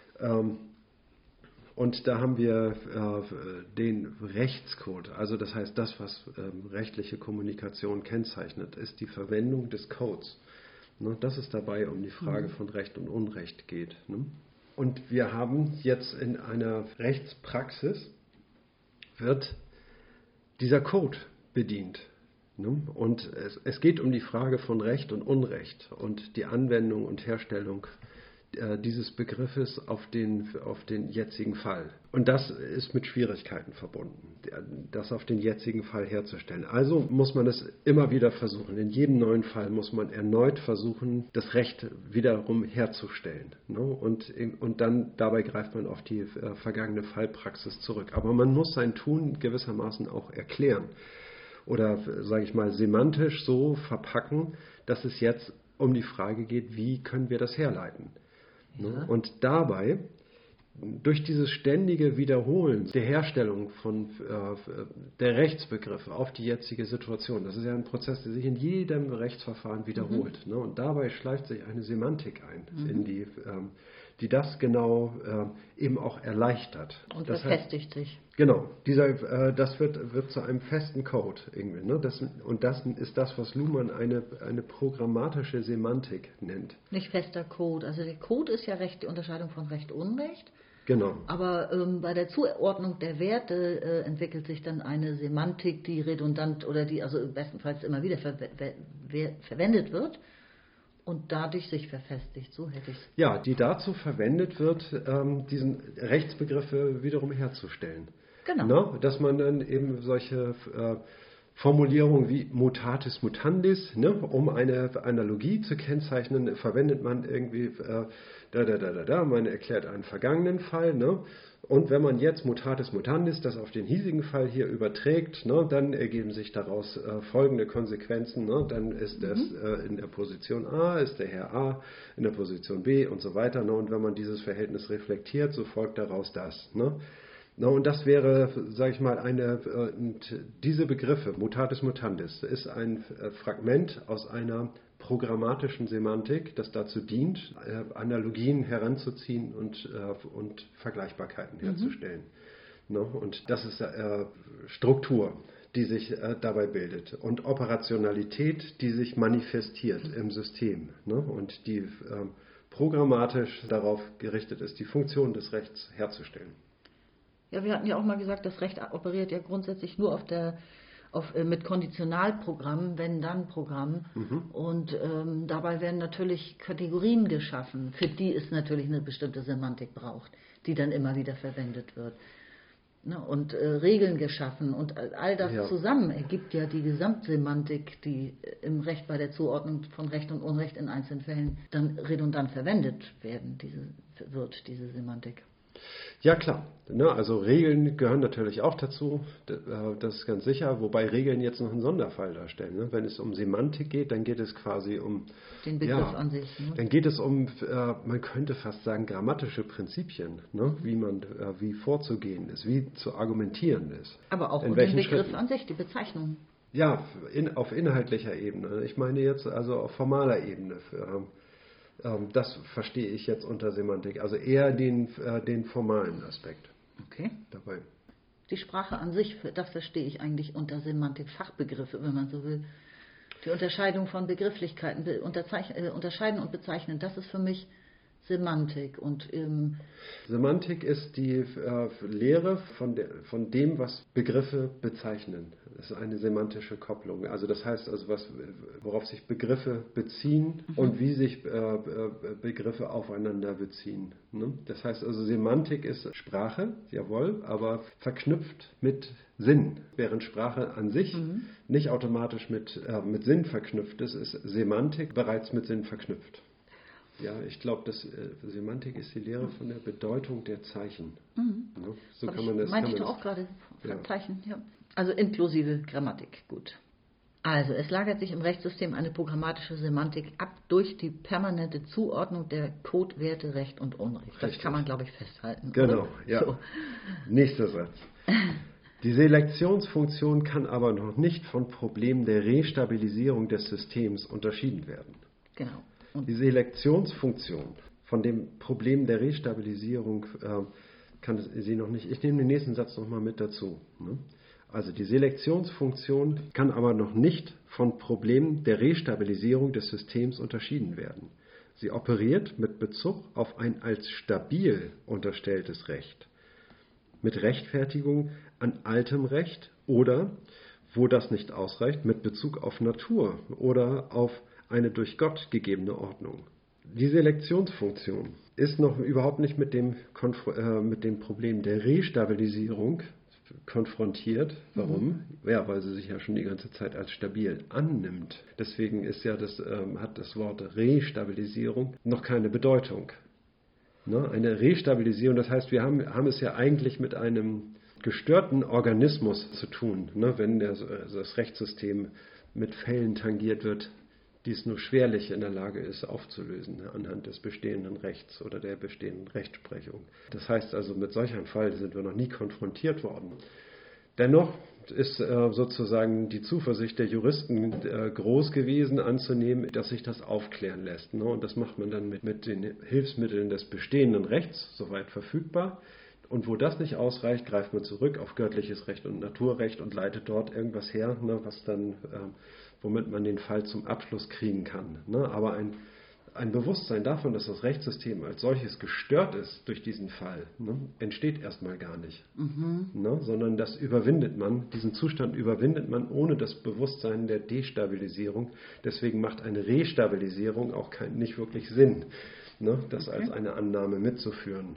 Und da haben wir den Rechtscode, also das heißt, das, was rechtliche Kommunikation kennzeichnet, ist die Verwendung des Codes. Ne, dass es dabei um die Frage von Recht und Unrecht geht. Ne? Und wir haben jetzt in einer Rechtspraxis, wird dieser Code bedient. Ne? Und es geht um die Frage von Recht und Unrecht und die Anwendung und Herstellung dieses Begriffes auf den jetzigen Fall. Und das ist mit Schwierigkeiten verbunden, das auf den jetzigen Fall herzustellen. Also muss man es immer wieder versuchen. In jedem neuen Fall muss man erneut versuchen, das Recht wiederum herzustellen. Ne? Und dann dabei greift man auf die vergangene Fallpraxis zurück. Aber man muss sein Tun gewissermaßen auch erklären oder, sage ich mal, semantisch so verpacken, dass es jetzt um die Frage geht, wie können wir das herleiten. Ja. Und dabei, durch dieses ständige Wiederholen der Herstellung von der Rechtsbegriffe auf die jetzige Situation, das ist ja ein Prozess, der sich in jedem Rechtsverfahren wiederholt. Ne? Und dabei schleift sich eine Semantik ein in die das genau eben auch erleichtert. Und das verfestigt sich. Genau, das wird zu einem festen Code irgendwie. Ne? Das ist das, was Luhmann eine programmatische Semantik nennt. Nicht fester Code. Also der Code ist ja die Unterscheidung von Recht und Unrecht. Genau. Aber bei der Zuordnung der Werte entwickelt sich dann eine Semantik, die redundant oder die also bestenfalls immer wieder verwendet wird und dadurch sich verfestigt. So hätte ich es. Ja, die dazu verwendet wird, diesen Rechtsbegriffe wiederum herzustellen. Genau. Ne? Dass man dann eben solche Formulierungen wie mutatis mutandis, ne? Um eine Analogie zu kennzeichnen, verwendet man irgendwie man erklärt einen vergangenen Fall, ne? Und wenn man jetzt mutatis mutandis das auf den hiesigen Fall hier überträgt, ne, dann ergeben sich daraus folgende Konsequenzen. Ne? Dann ist es in der Position A, ist der Herr A, in der Position B und so weiter. Ne? Und wenn man dieses Verhältnis reflektiert, so folgt daraus das. Ne? No, und das wäre, sage ich mal, diese Begriffe, mutatis mutandis, ist ein Fragment aus einer programmatischen Semantik, das dazu dient, Analogien heranzuziehen und Vergleichbarkeiten herzustellen. No, und das ist Struktur, die sich dabei bildet und Operationalität, die sich manifestiert im System, ne, und die programmatisch darauf gerichtet ist, die Funktion des Rechts herzustellen. Ja, wir hatten ja auch mal gesagt, das Recht operiert ja grundsätzlich nur mit Konditionalprogrammen, Wenn-Dann-Programmen. Und dabei werden natürlich Kategorien geschaffen, für die es natürlich eine bestimmte Semantik braucht, die dann immer wieder verwendet wird. Ne? Und Regeln geschaffen und all das zusammen ergibt ja die Gesamtsemantik, die im Recht bei der Zuordnung von Recht und Unrecht in einzelnen Fällen dann redundant verwendet diese Semantik. Ja, klar. Ne, also Regeln gehören natürlich auch dazu, das ist ganz sicher, wobei Regeln jetzt noch einen Sonderfall darstellen. Ne? Wenn es um Semantik geht, dann geht es quasi um den Begriff an sich. Ne? Dann geht es um, man könnte fast sagen, grammatische Prinzipien, ne? Wie vorzugehen ist, wie zu argumentieren ist. Aber auch um den Begriff an sich, die Bezeichnung. Ja, auf inhaltlicher Ebene. Ich meine jetzt also auf formaler Ebene. Das verstehe ich jetzt unter Semantik, also eher den formalen Aspekt. Okay. Dabei. Die Sprache an sich, das verstehe ich eigentlich unter Semantik, Fachbegriffe, wenn man so will. Die Unterscheidung von Begrifflichkeiten, unterscheiden und bezeichnen, das ist für mich Semantik. Und Semantik ist die Lehre von dem, was Begriffe bezeichnen. Das ist eine semantische Kopplung. Also das heißt, worauf sich Begriffe beziehen und wie sich Begriffe aufeinander beziehen. Ne? Das heißt also, Semantik ist Sprache, jawohl, aber verknüpft mit Sinn. Während Sprache an sich nicht automatisch mit Sinn verknüpft ist Semantik bereits mit Sinn verknüpft. Ja, ich glaube, Semantik ist die Lehre von der Bedeutung der Zeichen. Ja, so kann man das. Meinte ich doch auch gerade, Zeichen. Ja. Also inklusive Grammatik, gut. Also es lagert sich im Rechtssystem eine programmatische Semantik ab durch die permanente Zuordnung der Codewerte Recht und Unrecht. Das Richtig. Kann man, glaube ich, festhalten. Genau, oder? Ja. So. Nächster Satz. Die Selektionsfunktion kann aber noch nicht von Problemen der Restabilisierung des Systems unterschieden werden. Genau. Und die Selektionsfunktion von dem Problem der Restabilisierung kann sie noch nicht. Ich nehme den nächsten Satz nochmal mit dazu. Ne? Also die Selektionsfunktion kann aber noch nicht von Problemen der Restabilisierung des Systems unterschieden werden. Sie operiert mit Bezug auf ein als stabil unterstelltes Recht, mit Rechtfertigung an altem Recht oder, wo das nicht ausreicht, mit Bezug auf Natur oder auf eine durch Gott gegebene Ordnung. Die Selektionsfunktion ist noch überhaupt nicht mit dem Problem der Restabilisierung konfrontiert. Warum? Ja, weil sie sich ja schon die ganze Zeit als stabil annimmt. Deswegen hat das Wort Restabilisierung noch keine Bedeutung. Ne? Eine Restabilisierung, das heißt, wir haben es ja eigentlich mit einem gestörten Organismus zu tun, ne? Wenn das Rechtssystem mit Fällen tangiert wird, die es nur schwerlich in der Lage ist aufzulösen, ne, anhand des bestehenden Rechts oder der bestehenden Rechtsprechung. Das heißt also, mit solch einem Fall sind wir noch nie konfrontiert worden. Dennoch ist sozusagen die Zuversicht der Juristen groß gewesen anzunehmen, dass sich das aufklären lässt. Ne? Und das macht man dann mit den Hilfsmitteln des bestehenden Rechts soweit verfügbar. Und wo das nicht ausreicht, greift man zurück auf göttliches Recht und Naturrecht und leitet dort irgendwas her, ne, was dann, womit man den Fall zum Abschluss kriegen kann. Ne? Aber ein Bewusstsein davon, dass das Rechtssystem als solches gestört ist durch diesen Fall, ne, entsteht erstmal gar nicht. Ne, sondern das überwindet man, diesen Zustand überwindet man ohne das Bewusstsein der Destabilisierung. Deswegen macht eine Restabilisierung auch nicht wirklich Sinn, ne, das als eine Annahme mitzuführen.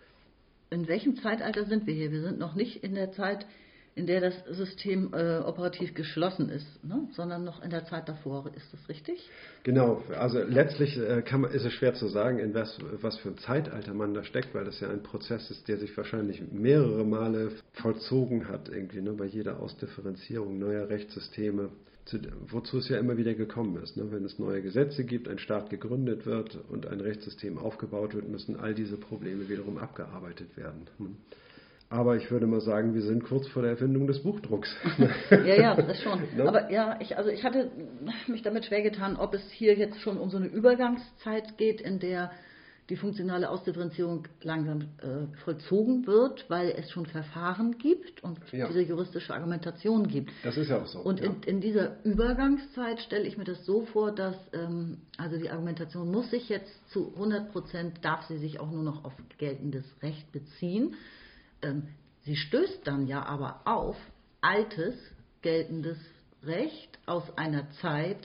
In welchem Zeitalter sind wir hier? Wir sind noch nicht in der Zeit, in der das System operativ geschlossen ist, ne? Sondern noch in der Zeit davor. Ist das richtig? Genau, also letztlich ist es schwer zu sagen, in was für ein Zeitalter man da steckt, weil das ja ein Prozess ist, der sich wahrscheinlich mehrere Male vollzogen hat, irgendwie, ne? Bei jeder Ausdifferenzierung neuer Rechtssysteme, wozu es ja immer wieder gekommen ist. Ne? Wenn es neue Gesetze gibt, ein Staat gegründet wird und ein Rechtssystem aufgebaut wird, müssen all diese Probleme wiederum abgearbeitet werden. Ne? Aber ich würde mal sagen, wir sind kurz vor der Erfindung des Buchdrucks. Ja, das schon. No? Aber ja, ich hatte mich damit schwer getan, ob es hier jetzt schon um so eine Übergangszeit geht, in der die funktionale Ausdifferenzierung langsam vollzogen wird, weil es schon Verfahren gibt und diese juristische Argumentation gibt. Das ist ja auch so. Und in dieser Übergangszeit stelle ich mir das so vor, dass also die Argumentation muss sich jetzt zu 100%, darf sie sich auch nur noch auf geltendes Recht beziehen. Sie stößt dann ja aber auf altes, geltendes Recht aus einer Zeit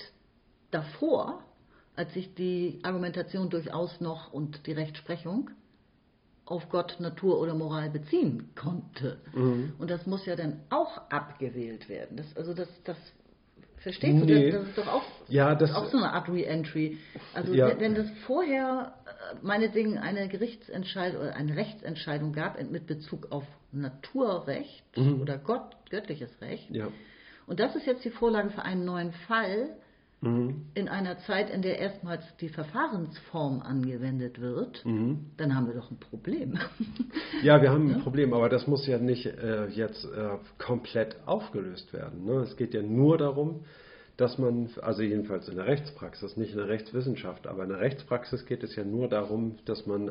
davor, als sich die Argumentation durchaus noch und die Rechtsprechung auf Gott, Natur oder Moral beziehen konnte. Und das muss ja dann auch abgewählt werden. Das verstehst du? Das ist doch auch, auch so eine Art Re-Entry. Also wenn das vorher meinetwegen eine Gerichtsentscheidung oder eine Rechtsentscheidung gab mit Bezug auf Naturrecht oder göttliches Recht, und das ist jetzt die Vorlage für einen neuen Fall, in einer Zeit, in der erstmals die Verfahrensform angewendet wird, dann haben wir doch ein Problem. Ja, wir haben ein Problem, aber das muss ja nicht jetzt komplett aufgelöst werden. Ne? Es geht ja nur darum, dass man, also jedenfalls in der Rechtspraxis, nicht in der Rechtswissenschaft, aber in der Rechtspraxis geht es ja nur darum, dass man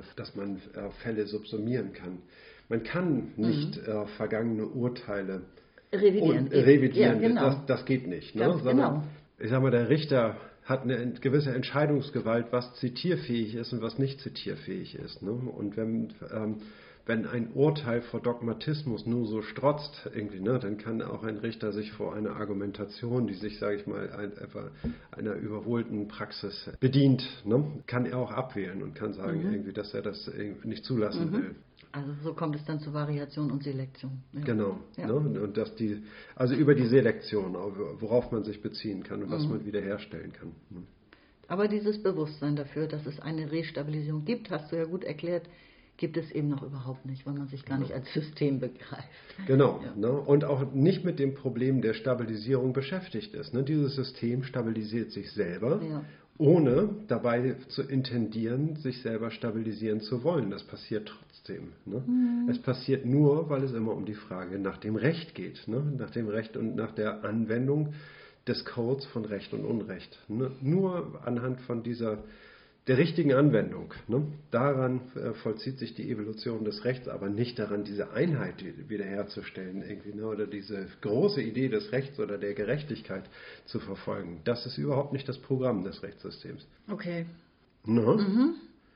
Fälle subsumieren kann. Man kann nicht vergangene Urteile revidieren. Ja, genau. Das geht nicht. Ne? Ganz genau. Ich sag mal, der Richter hat eine gewisse Entscheidungsgewalt, was zitierfähig ist und was nicht zitierfähig ist. Ne? Und wenn ein Urteil vor Dogmatismus nur so strotzt, irgendwie, ne, dann kann auch ein Richter sich vor einer Argumentation, die sich, sage ich mal, einer überholten Praxis bedient, ne, kann er auch abwählen und kann sagen, irgendwie, dass er das nicht zulassen will. Also so kommt es dann zu Variation und Selektion. Ja. Genau. Ja. Ne? Und also über die Selektion, worauf man sich beziehen kann und was man wiederherstellen kann. Ne? Aber dieses Bewusstsein dafür, dass es eine Restabilisierung gibt, hast du ja gut erklärt, gibt es eben noch überhaupt nicht, weil man sich gar nicht als System begreift. Genau. Ja. Ne? Und auch nicht mit dem Problem der Stabilisierung beschäftigt ist. Ne? Dieses System stabilisiert sich selber, ohne dabei zu intendieren, sich selber stabilisieren zu wollen. Das passiert trotzdem. Ne? Es passiert nur, weil es immer um die Frage nach dem Recht geht. Ne? Nach dem Recht und nach der Anwendung des Codes von Recht und Unrecht. Ne? Nur anhand von der richtigen Anwendung. Ne? Daran vollzieht sich die Evolution des Rechts, aber nicht daran, diese Einheit wiederherzustellen irgendwie, ne? Oder diese große Idee des Rechts oder der Gerechtigkeit zu verfolgen. Das ist überhaupt nicht das Programm des Rechtssystems. Okay. Ne?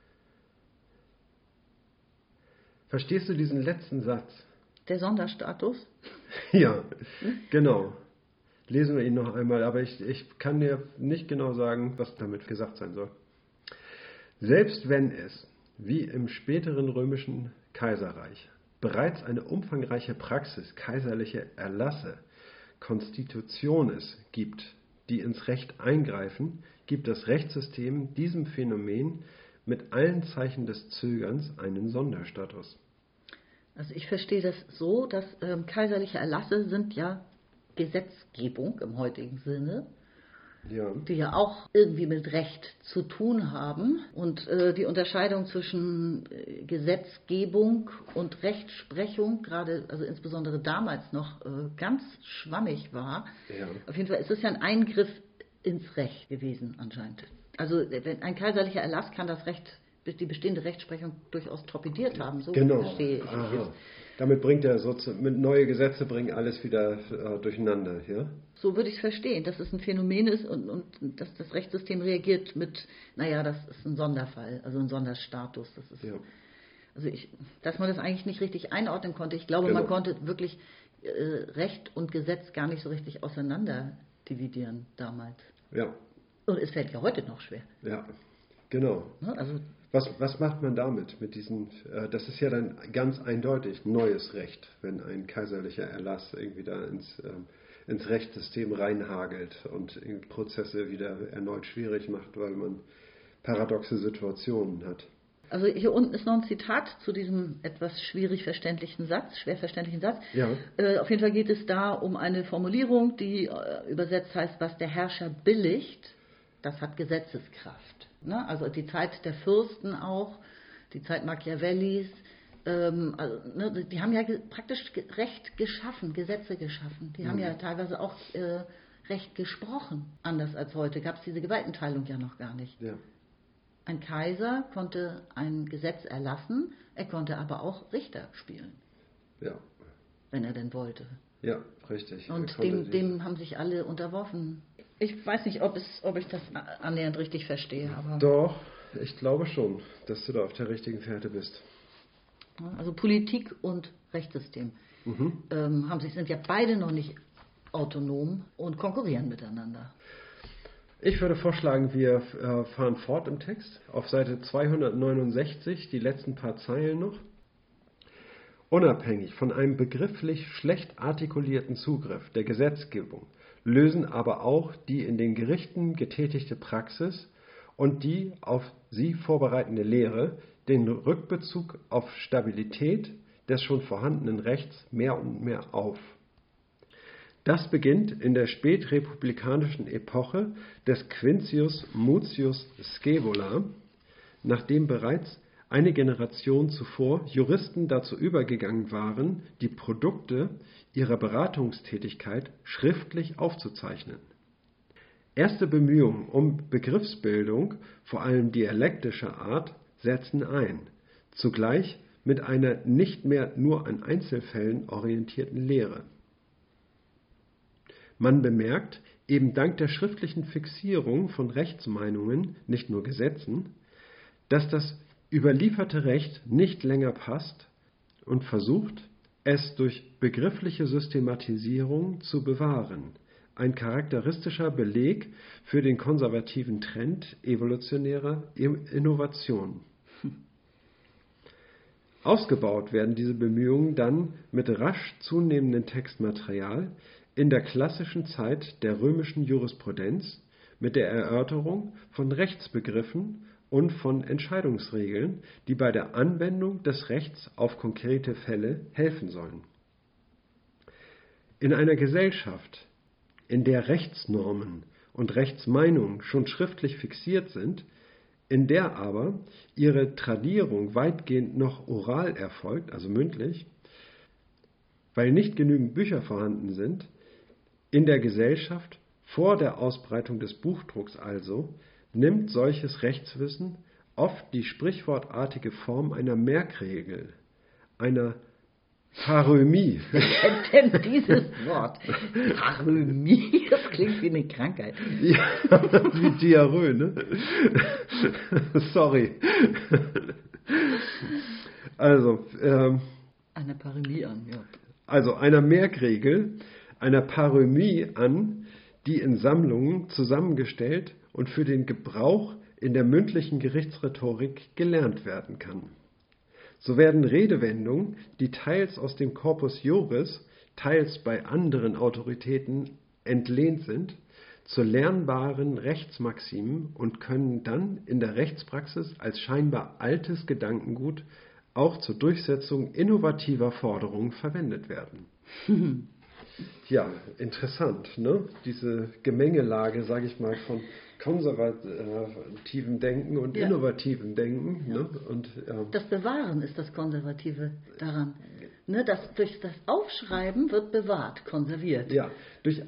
Verstehst du diesen letzten Satz? Der Sonderstatus? Ja, genau. Lesen wir ihn noch einmal, aber ich kann dir nicht genau sagen, was damit gesagt sein soll. Selbst wenn es, wie im späteren römischen Kaiserreich, bereits eine umfangreiche Praxis kaiserlicher Erlasse, Constitutiones gibt, die ins Recht eingreifen, gibt das Rechtssystem diesem Phänomen mit allen Zeichen des Zögerns einen Sonderstatus. Also ich verstehe das so, dass kaiserliche Erlasse sind ja Gesetzgebung im heutigen Sinne. die ja auch irgendwie mit Recht zu tun haben. Und die Unterscheidung zwischen Gesetzgebung und Rechtsprechung, gerade, also insbesondere damals noch ganz schwammig war. Ja. Auf jeden Fall ist es ja ein Eingriff ins Recht gewesen anscheinend. Also ein kaiserlicher Erlass kann das Recht, die bestehende Rechtsprechung durchaus torpediert haben, so verstehe ich es. Damit bringt er mit neue Gesetze bringen alles wieder durcheinander, ja? So würde ich es verstehen, dass es ein Phänomen ist und dass das Rechtssystem reagiert mit, das ist ein Sonderfall, also ein Sonderstatus. Das ist, also dass man das eigentlich nicht richtig einordnen konnte. Ich glaube, man konnte wirklich Recht und Gesetz gar nicht so richtig auseinander dividieren damals. Ja. Und es fällt ja heute noch schwer. Ja, genau. Also, was macht man damit? Mit diesen, das ist ja dann ganz eindeutig neues Recht, wenn ein kaiserlicher Erlass irgendwie da ins Rechtssystem reinhagelt und Prozesse wieder erneut schwierig macht, weil man paradoxe Situationen hat. Also hier unten ist noch ein Zitat zu diesem etwas schwer verständlichen Satz. Ja. Auf jeden Fall geht es da um eine Formulierung, die übersetzt heißt, was der Herrscher billigt, das hat Gesetzeskraft. Ne? Also die Zeit der Fürsten auch, die Zeit Machiavellis, die haben ja praktisch Recht geschaffen, Gesetze geschaffen. Die haben ja teilweise auch Recht gesprochen. Anders als heute gab es diese Gewaltenteilung ja noch gar nicht. Ja. Ein Kaiser konnte ein Gesetz erlassen, er konnte aber auch Richter spielen. Ja. Wenn er denn wollte. Ja, richtig. Und dem haben sich alle unterworfen. Ich weiß nicht, ob ich das annähernd richtig verstehe. Aber doch, ich glaube schon, dass du da auf der richtigen Fährte bist. Also Politik und Rechtssystem sind ja beide noch nicht autonom und konkurrieren miteinander. Ich würde vorschlagen, wir fahren fort im Text. Auf Seite 269, die letzten paar Zeilen noch. Unabhängig von einem begrifflich schlecht artikulierten Zugriff der Gesetzgebung lösen aber auch die in den Gerichten getätigte Praxis und die auf sie vorbereitende Lehre den Rückbezug auf Stabilität des schon vorhandenen Rechts mehr und mehr auf. Das beginnt in der spätrepublikanischen Epoche des Quintius Mutius Scaevola, nachdem bereits eine Generation zuvor Juristen dazu übergegangen waren, die Produkte ihrer Beratungstätigkeit schriftlich aufzuzeichnen. Erste Bemühungen um Begriffsbildung, vor allem dialektischer Art, setzen ein, zugleich mit einer nicht mehr nur an Einzelfällen orientierten Lehre. Man bemerkt, eben dank der schriftlichen Fixierung von Rechtsmeinungen, nicht nur Gesetzen, dass das überlieferte Recht nicht länger passt und versucht, es durch begriffliche Systematisierung zu bewahren, ein charakteristischer Beleg für den konservativen Trend evolutionärer Innovation. Ausgebaut werden diese Bemühungen dann mit rasch zunehmendem Textmaterial in der klassischen Zeit der römischen Jurisprudenz mit der Erörterung von Rechtsbegriffen und von Entscheidungsregeln, die bei der Anwendung des Rechts auf konkrete Fälle helfen sollen. In einer Gesellschaft, in der Rechtsnormen und Rechtsmeinungen schon schriftlich fixiert sind, in der aber ihre Tradierung weitgehend noch oral erfolgt, also mündlich, weil nicht genügend Bücher vorhanden sind, in der Gesellschaft vor der Ausbreitung des Buchdrucks also, nimmt solches Rechtswissen oft die sprichwortartige Form einer Merkregel, einer Parömie. Wer kennt denn dieses Wort? Parömie, das klingt wie eine Krankheit. Ja, wie Diarrhoe, ne? Sorry. Also, eine Parömie an, ja. Also einer Merkregel, einer Parömie an, die in Sammlungen zusammengestellt und für den Gebrauch in der mündlichen Gerichtsrhetorik gelernt werden kann. So werden Redewendungen, die teils aus dem Corpus Juris, teils bei anderen Autoritäten entlehnt sind, zu lernbaren Rechtsmaximen und können dann in der Rechtspraxis als scheinbar altes Gedankengut auch zur Durchsetzung innovativer Forderungen verwendet werden. Ja, interessant, ne? Diese Gemengelage, sage ich mal, von konservativem Denken und innovativem Denken. Ne? Und, das Bewahren ist das Konservative daran. Ne? Durch das Aufschreiben wird bewahrt, konserviert. Ja, durch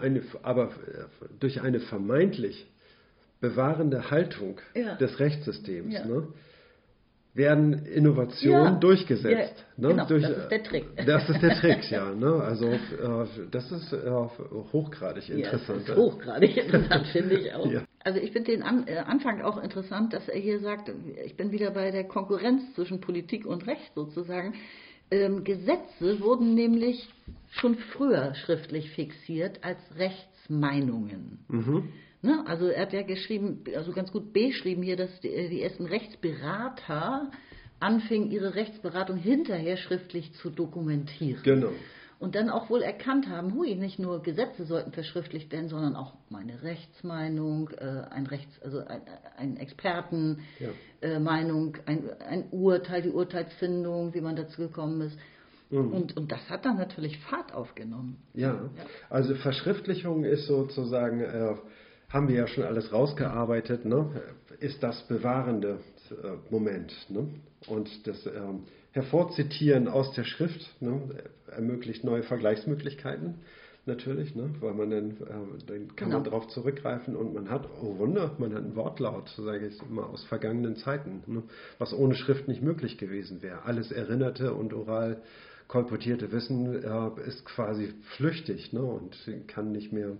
eine vermeintlich bewahrende Haltung des Rechtssystems. Ne? Werden Innovationen durchgesetzt. Ja, genau, das ist der Trick. Das ist der Trick, ja. Ne? Also das ist hochgradig interessant. Ja, das ist hochgradig interessant, finde ich auch. Ja. Also ich finde den Anfang auch interessant, dass er hier sagt, ich bin wieder bei der Konkurrenz zwischen Politik und Recht sozusagen. Gesetze wurden nämlich schon früher schriftlich fixiert als Rechtsmeinungen. Mhm. Ne? Also er hat ja geschrieben, also ganz gut beschrieben hier, dass die ersten Rechtsberater anfingen, ihre Rechtsberatung hinterher schriftlich zu dokumentieren. Genau. Und dann auch wohl erkannt haben, nicht nur Gesetze sollten verschriftlicht werden, sondern auch meine Rechtsmeinung, ein Expertenmeinung, ein Urteil, die Urteilsfindung, wie man dazu gekommen ist. Und das hat dann natürlich Fahrt aufgenommen. Ja, also Verschriftlichung ist sozusagen, haben wir ja schon alles rausgearbeitet, ne? Ist das bewahrende Moment. Ne? Und das Hervorzitieren aus der Schrift, ne, ermöglicht neue Vergleichsmöglichkeiten natürlich, ne, weil man dann kann man darauf zurückgreifen und man hat, oh Wunder, man hat einen Wortlaut, sage ich immer, aus vergangenen Zeiten, ne, was ohne Schrift nicht möglich gewesen wäre. Alles erinnerte und oral kolportierte Wissen ist quasi flüchtig, ne, und kann nicht mehr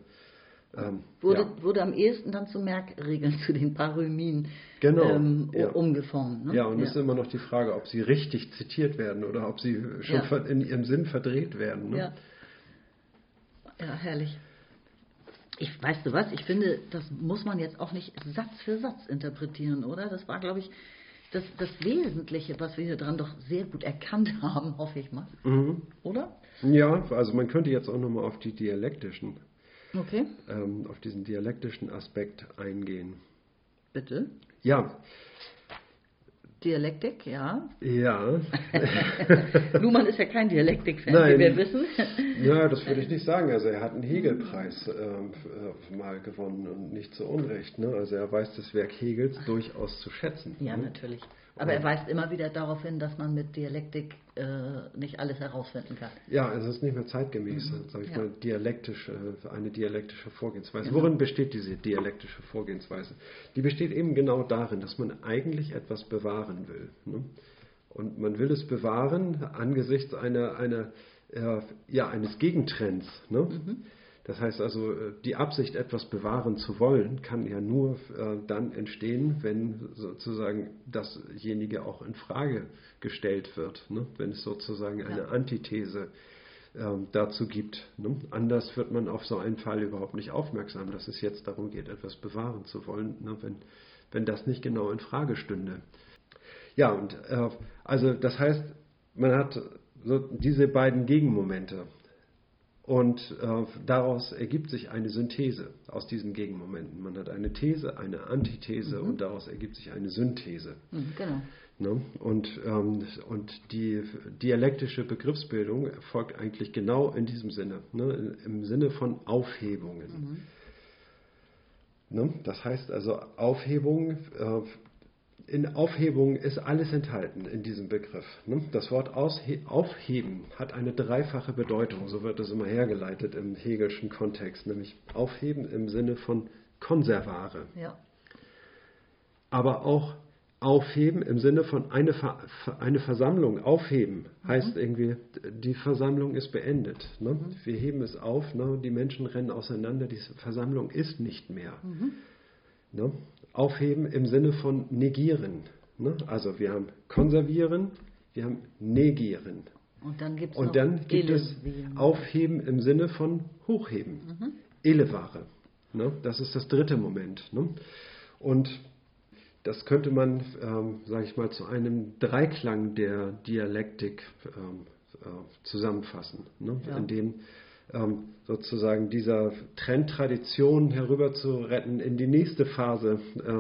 wurde am ehesten dann zu Merkregeln, zu den Parömien umgeformt. Ne? Ja, und es ist immer noch die Frage, ob sie richtig zitiert werden oder ob sie schon in ihrem Sinn verdreht werden. Ne? Ja, herrlich. Weißt du was, ich finde, das muss man jetzt auch nicht Satz für Satz interpretieren, oder? Das war, glaube ich, das Wesentliche, was wir hier dran doch sehr gut erkannt haben, hoffe ich mal. Mhm. Oder? Ja, also man könnte jetzt auch nochmal auf die dialektischen auf diesen dialektischen Aspekt eingehen. Bitte? Ja. Dialektik, ja. Ja. Luhmann ist ja kein Dialektik-Fan, wie wir wissen. Ja, das würde ich nicht sagen. Also er hat einen Hegel-Preis mal gewonnen und nicht zu Unrecht. Ne? Also er weiß das Werk Hegels durchaus zu schätzen. Ja, ne? Natürlich. Aber er weist immer wieder darauf hin, dass man mit Dialektik nicht alles herausfinden kann. Ja, es ist nicht mehr zeitgemäß, sage ich mal, eine dialektische Vorgehensweise. Genau. Worin besteht diese dialektische Vorgehensweise? Die besteht eben genau darin, dass man eigentlich etwas bewahren will. Ne? Und man will es bewahren angesichts eines Gegentrends. Ne? Mhm. Das heißt also, die Absicht, etwas bewahren zu wollen, kann ja nur dann entstehen, wenn sozusagen dasjenige auch in Frage gestellt wird. Ne? Wenn es sozusagen eine Antithese dazu gibt. Ne? Anders wird man auf so einen Fall überhaupt nicht aufmerksam, dass es jetzt darum geht, etwas bewahren zu wollen, ne? wenn das nicht genau in Frage stünde. Ja, und also das heißt, man hat so diese beiden Gegenmomente. Und daraus ergibt sich eine Synthese aus diesen Gegenmomenten. Man hat eine These, eine Antithese und daraus ergibt sich eine Synthese. Genau. Ne? Und die dialektische Begriffsbildung erfolgt eigentlich genau in diesem Sinne, ne? Im Sinne von Aufhebungen. Ne? Das heißt also Aufhebungen. In Aufhebung ist alles enthalten in diesem Begriff. Ne? Das Wort aufheben hat eine dreifache Bedeutung, so wird es immer hergeleitet im Hegelschen Kontext, nämlich aufheben im Sinne von konservare. Ja. Aber auch aufheben im Sinne von eine Versammlung aufheben, heißt irgendwie, die Versammlung ist beendet. Ne? Wir heben es auf, ne? Die Menschen rennen auseinander, die Versammlung ist nicht mehr. Ne? Aufheben im Sinne von negieren. Ne? Also wir haben konservieren, wir haben negieren. Und dann gibt es Aufheben im Sinne von hochheben. Elevare. Ne? Das ist das dritte Moment. Ne? Und das könnte man, sage ich mal, zu einem Dreiklang der Dialektik zusammenfassen, ne? In dem sozusagen dieser Trendtradition herüber zu retten in die nächste Phase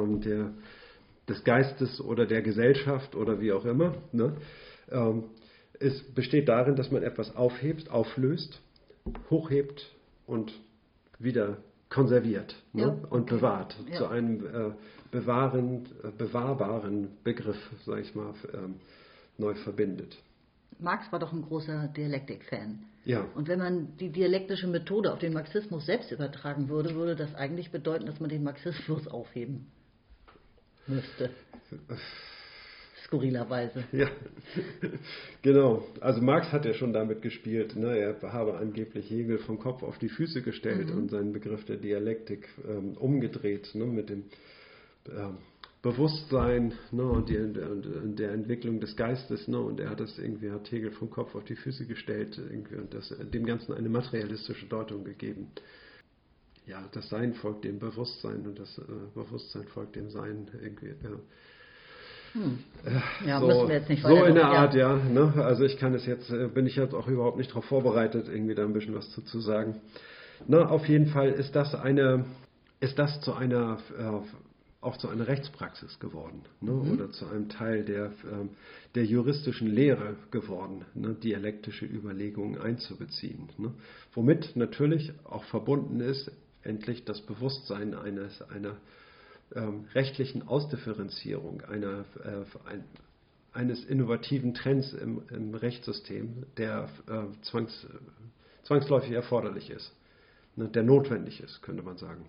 des Geistes oder der Gesellschaft oder wie auch immer. Ne? Es besteht darin, dass man etwas aufhebt, auflöst, hochhebt und wieder konserviert, ne? Und bewahrt, zu einem bewahrbaren Begriff, sage ich mal, neu verbindet. Marx war doch ein großer Dialektik-Fan. Ja. Und wenn man die dialektische Methode auf den Marxismus selbst übertragen würde, würde das eigentlich bedeuten, dass man den Marxismus aufheben müsste. Skurrilerweise. Ja, genau. Also Marx hat ja schon damit gespielt, ne? Er habe angeblich Hegel vom Kopf auf die Füße gestellt und seinen Begriff der Dialektik umgedreht, ne? Mit dem Bewusstsein, ne? Und der Entwicklung des Geistes, ne? Und er hat Hegel vom Kopf auf die Füße gestellt irgendwie, und dem Ganzen eine materialistische Deutung gegeben. Ja, das Sein folgt dem Bewusstsein und das Bewusstsein folgt dem Sein irgendwie. Ja. Ja, so, müssen wir jetzt nicht weiter. So in der Art, ja. Ne? Also bin ich jetzt auch überhaupt nicht darauf vorbereitet, irgendwie da ein bisschen was zu sagen. Na, auf jeden Fall ist das zu einer Rechtspraxis geworden, ne? Oder zu einem Teil der juristischen Lehre geworden, ne? Dialektische Überlegungen einzubeziehen. Ne? Womit natürlich auch verbunden ist, endlich das Bewusstsein einer rechtlichen Ausdifferenzierung, eines innovativen Trends im Rechtssystem, der zwangsläufig erforderlich ist, ne, der notwendig ist, könnte man sagen.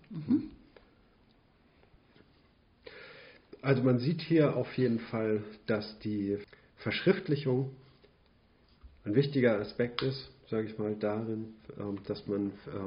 Also man sieht hier auf jeden Fall, dass die Verschriftlichung ein wichtiger Aspekt ist, sage ich mal, darin, dass man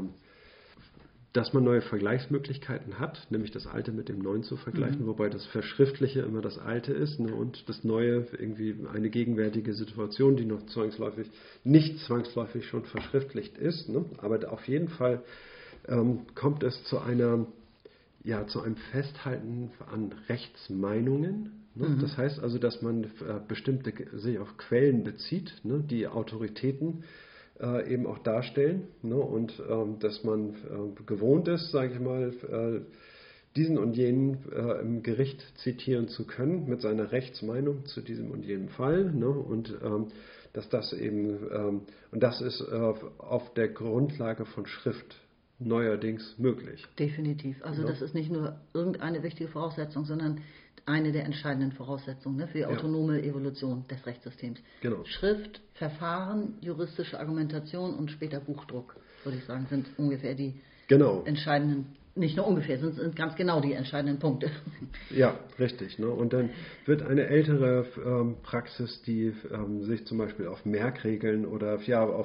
neue Vergleichsmöglichkeiten hat, nämlich das Alte mit dem Neuen zu vergleichen, wobei das Verschriftliche immer das Alte ist, ne, und das Neue irgendwie eine gegenwärtige Situation, die noch nicht zwangsläufig schon verschriftlicht ist. Ne, aber auf jeden Fall kommt es zu einem Festhalten an Rechtsmeinungen. Ne? Das heißt also, dass man sich auf Quellen bezieht, ne, die Autoritäten eben auch darstellen, ne, und dass man gewohnt ist, sage ich mal, diesen und jenen im Gericht zitieren zu können mit seiner Rechtsmeinung zu diesem und jenem Fall, ne, und dass das eben und das ist auf der Grundlage von Schrift neuerdings möglich. Definitiv. Also das ist nicht nur irgendeine wichtige Voraussetzung, sondern eine der entscheidenden Voraussetzungen, ne, für die autonome Evolution des Rechtssystems. Genau. Schrift, Verfahren, juristische Argumentation und später Buchdruck, würde ich sagen, sind ungefähr die entscheidenden, nicht nur ungefähr, sind ganz genau die entscheidenden Punkte. Ja, richtig. Ne? Und dann wird eine ältere Praxis, die sich zum Beispiel auf Merkregeln oder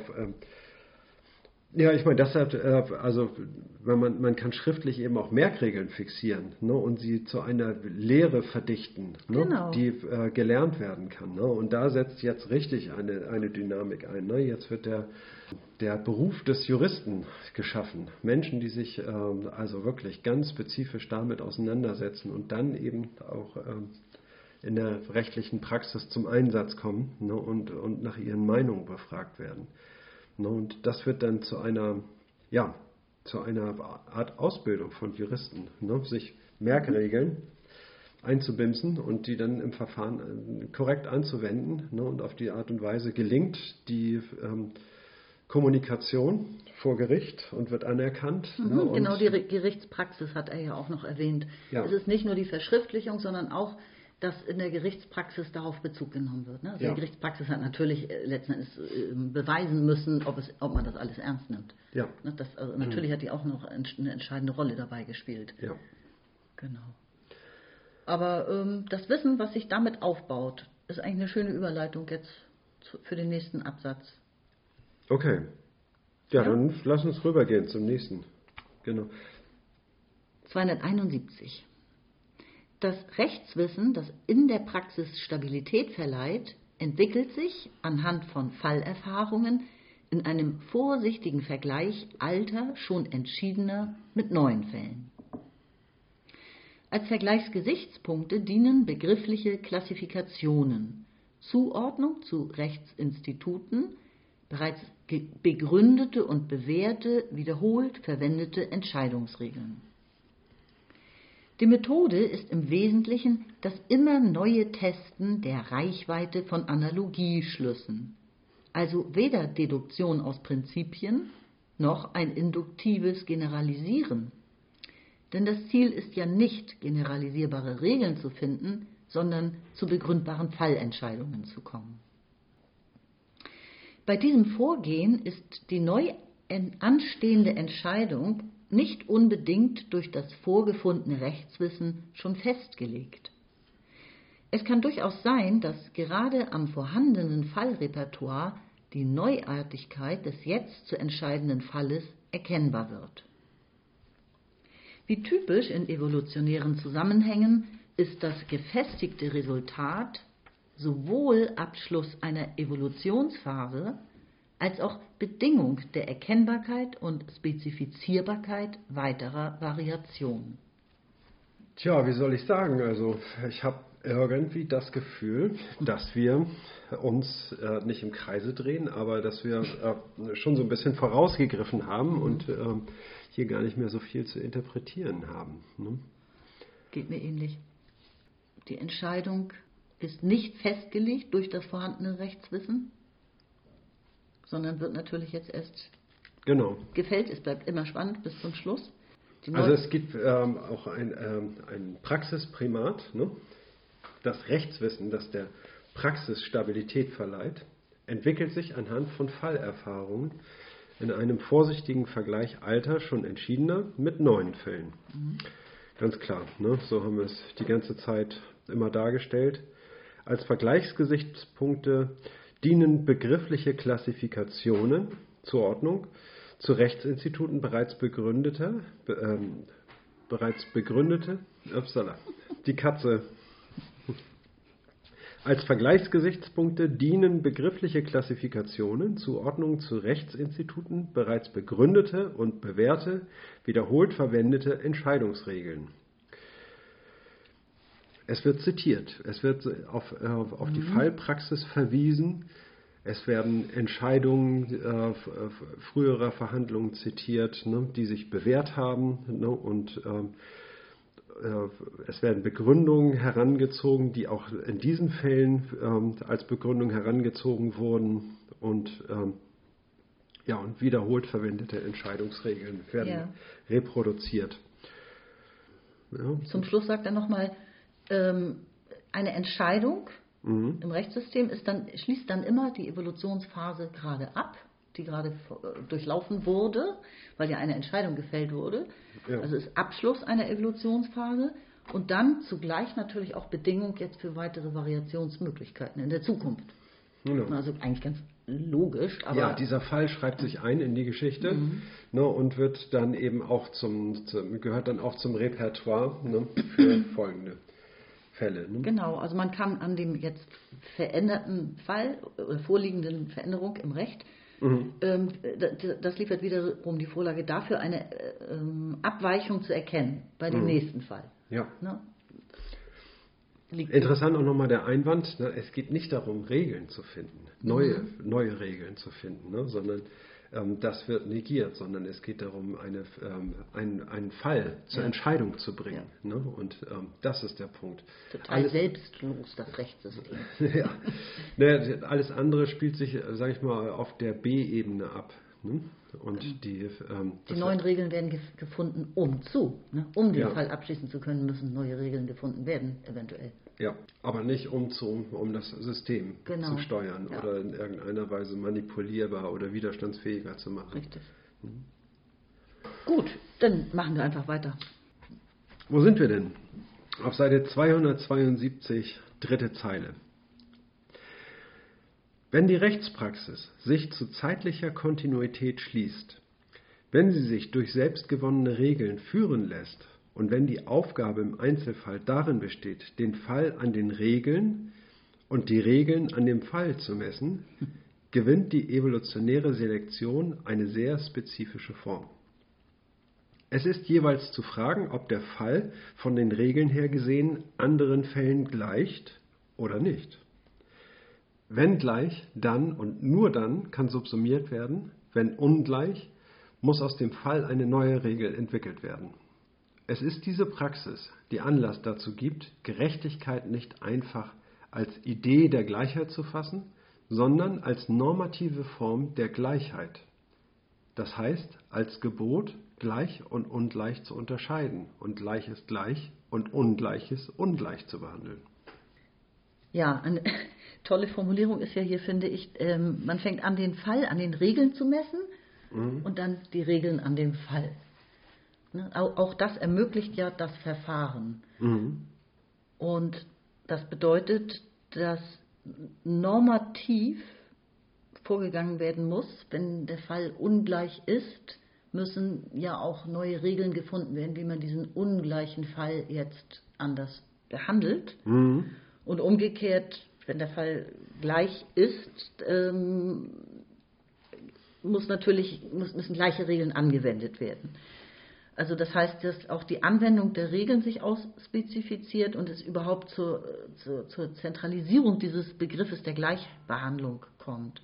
ich meine, das hat, also wenn man kann schriftlich eben auch Merkregeln fixieren, ne, und sie zu einer Lehre verdichten, ne, die gelernt werden kann. Ne, und da setzt jetzt richtig eine Dynamik ein. Ne. Jetzt wird der Beruf des Juristen geschaffen. Menschen, die sich also wirklich ganz spezifisch damit auseinandersetzen und dann eben auch in der rechtlichen Praxis zum Einsatz kommen, ne, und nach ihren Meinungen befragt werden. Und das wird dann zu einer Art Ausbildung von Juristen, ne? Sich Merkregeln einzubimsen und die dann im Verfahren korrekt anzuwenden, ne? Und auf die Art und Weise gelingt die Kommunikation vor Gericht und wird anerkannt. Ne? Und genau, die Gerichtspraxis hat er ja auch noch erwähnt. Ja. Es ist nicht nur die Verschriftlichung, sondern auch, dass in der Gerichtspraxis darauf Bezug genommen wird. Ne? Also die Gerichtspraxis hat natürlich letzten Endes beweisen müssen, ob man das alles ernst nimmt. Ja. Ne? Natürlich hat die auch noch eine entscheidende Rolle dabei gespielt. Ja. Genau. Aber das Wissen, was sich damit aufbaut, ist eigentlich eine schöne Überleitung jetzt für den nächsten Absatz. Okay. Ja, dann lass uns rübergehen zum nächsten. Genau. 271. Das Rechtswissen, das in der Praxis Stabilität verleiht, entwickelt sich anhand von Fallerfahrungen in einem vorsichtigen Vergleich alter, schon entschiedener mit neuen Fällen. Als Vergleichsgesichtspunkte dienen begriffliche Klassifikationen, Zuordnung zu Rechtsinstituten, bereits begründete und bewährte, wiederholt verwendete Entscheidungsregeln. Die Methode ist im Wesentlichen das immer neue Testen der Reichweite von Analogieschlüssen, also weder Deduktion aus Prinzipien noch ein induktives Generalisieren. Denn das Ziel ist ja nicht, generalisierbare Regeln zu finden, sondern zu begründbaren Fallentscheidungen zu kommen. Bei diesem Vorgehen ist die neu anstehende Entscheidung nicht unbedingt durch das vorgefundene Rechtswissen schon festgelegt. Es kann durchaus sein, dass gerade am vorhandenen Fallrepertoire die Neuartigkeit des jetzt zu entscheidenden Falles erkennbar wird. Wie typisch in evolutionären Zusammenhängen ist das gefestigte Resultat sowohl Abschluss einer Evolutionsphase als auch Bedingung der Erkennbarkeit und Spezifizierbarkeit weiterer Variationen. Tja, wie soll ich sagen? Also ich habe irgendwie das Gefühl, dass wir uns nicht im Kreise drehen, aber dass wir schon so ein bisschen vorausgegriffen haben und hier gar nicht mehr so viel zu interpretieren haben. Ne? Geht mir ähnlich. Die Entscheidung ist nicht festgelegt durch das vorhandene Rechtswissen, sondern wird natürlich jetzt erst gefällt. Es bleibt immer spannend bis zum Schluss. Also es gibt auch ein Praxisprimat, ne? Das Rechtswissen, das der Praxis Stabilität verleiht, entwickelt sich anhand von Fallerfahrungen in einem vorsichtigen Vergleich alter, schon entschiedener mit neuen Fällen. Ganz klar, ne? So haben wir es die ganze Zeit immer dargestellt. Als Vergleichsgesichtspunkte dienen begriffliche Klassifikationen, Zuordnung, zu Rechtsinstituten bereits begründete, die Katze. Als Vergleichsgesichtspunkte dienen begriffliche Klassifikationen, Zuordnungen zu Rechtsinstituten bereits begründete und bewährte, wiederholt verwendete Entscheidungsregeln. Es wird zitiert, es wird auf die Fallpraxis verwiesen, es werden Entscheidungen früherer Verhandlungen zitiert, ne, die sich bewährt haben, ne, und es werden Begründungen herangezogen, die auch in diesen Fällen als Begründung herangezogen wurden und wiederholt verwendete Entscheidungsregeln werden reproduziert. Ja. Zum Schluss sagt er nochmal, eine Entscheidung im Rechtssystem schließt dann immer die Evolutionsphase gerade ab, die gerade durchlaufen wurde, weil ja eine Entscheidung gefällt wurde. Ja. Also ist Abschluss einer Evolutionsphase und dann zugleich natürlich auch Bedingung jetzt für weitere Variationsmöglichkeiten in der Zukunft. Genau. Also eigentlich ganz logisch. Aber ja, dieser Fall schreibt sich ein in die Geschichte, ne, und wird dann eben auch gehört dann auch zum Repertoire, ne, für folgende Fälle. Ne? Genau, also man kann an dem jetzt veränderten Fall oder vorliegenden Veränderung im Recht, das liefert wiederum die Vorlage dafür, eine Abweichung zu erkennen bei dem nächsten Fall. Ja. Ne? Interessant auch nochmal der Einwand, ne, es geht nicht darum, Regeln zu finden, neue Regeln zu finden, ne, sondern das wird negiert, sondern es geht darum, einen Fall zur Entscheidung zu bringen. Ja. Ne, und das ist der Punkt. Total selbstlos, das Rechtssystem. Ja. Ne, alles andere spielt sich, sage ich mal, auf der B-Ebene ab. Ne? Und die neuen Regeln werden gefunden, um den Fall abschließen zu können, müssen neue Regeln gefunden werden, eventuell. Ja, aber nicht um das System zu steuern oder in irgendeiner Weise manipulierbar oder widerstandsfähiger zu machen. Richtig. Gut, dann machen wir einfach weiter. Wo sind wir denn? Auf Seite 272, dritte Zeile. Wenn die Rechtspraxis sich zu zeitlicher Kontinuität schließt, wenn sie sich durch selbstgewonnene Regeln führen lässt und wenn die Aufgabe im Einzelfall darin besteht, den Fall an den Regeln und die Regeln an dem Fall zu messen, gewinnt die evolutionäre Selektion eine sehr spezifische Form. Es ist jeweils zu fragen, ob der Fall von den Regeln her gesehen anderen Fällen gleicht oder nicht. Wenn gleich, dann und nur dann kann subsumiert werden. Wenn ungleich, muss aus dem Fall eine neue Regel entwickelt werden. Es ist diese Praxis, die Anlass dazu gibt, Gerechtigkeit nicht einfach als Idee der Gleichheit zu fassen, sondern als normative Form der Gleichheit. Das heißt, als Gebot gleich und ungleich zu unterscheiden und Gleiches gleich und Ungleiches ungleich zu behandeln. Ja, eine tolle Formulierung ist ja hier, finde ich, man fängt an, den Fall an den Regeln zu messen und dann die Regeln an dem Fall. Ne? Auch das ermöglicht ja das Verfahren. Und das bedeutet, dass normativ vorgegangen werden muss. Wenn der Fall ungleich ist, müssen ja auch neue Regeln gefunden werden, wie man diesen ungleichen Fall jetzt anders behandelt. Und umgekehrt, wenn der Fall gleich ist, müssen gleiche Regeln angewendet werden. Also das heißt, dass auch die Anwendung der Regeln sich ausspezifiziert und es überhaupt zur Zentralisierung dieses Begriffes der Gleichbehandlung kommt.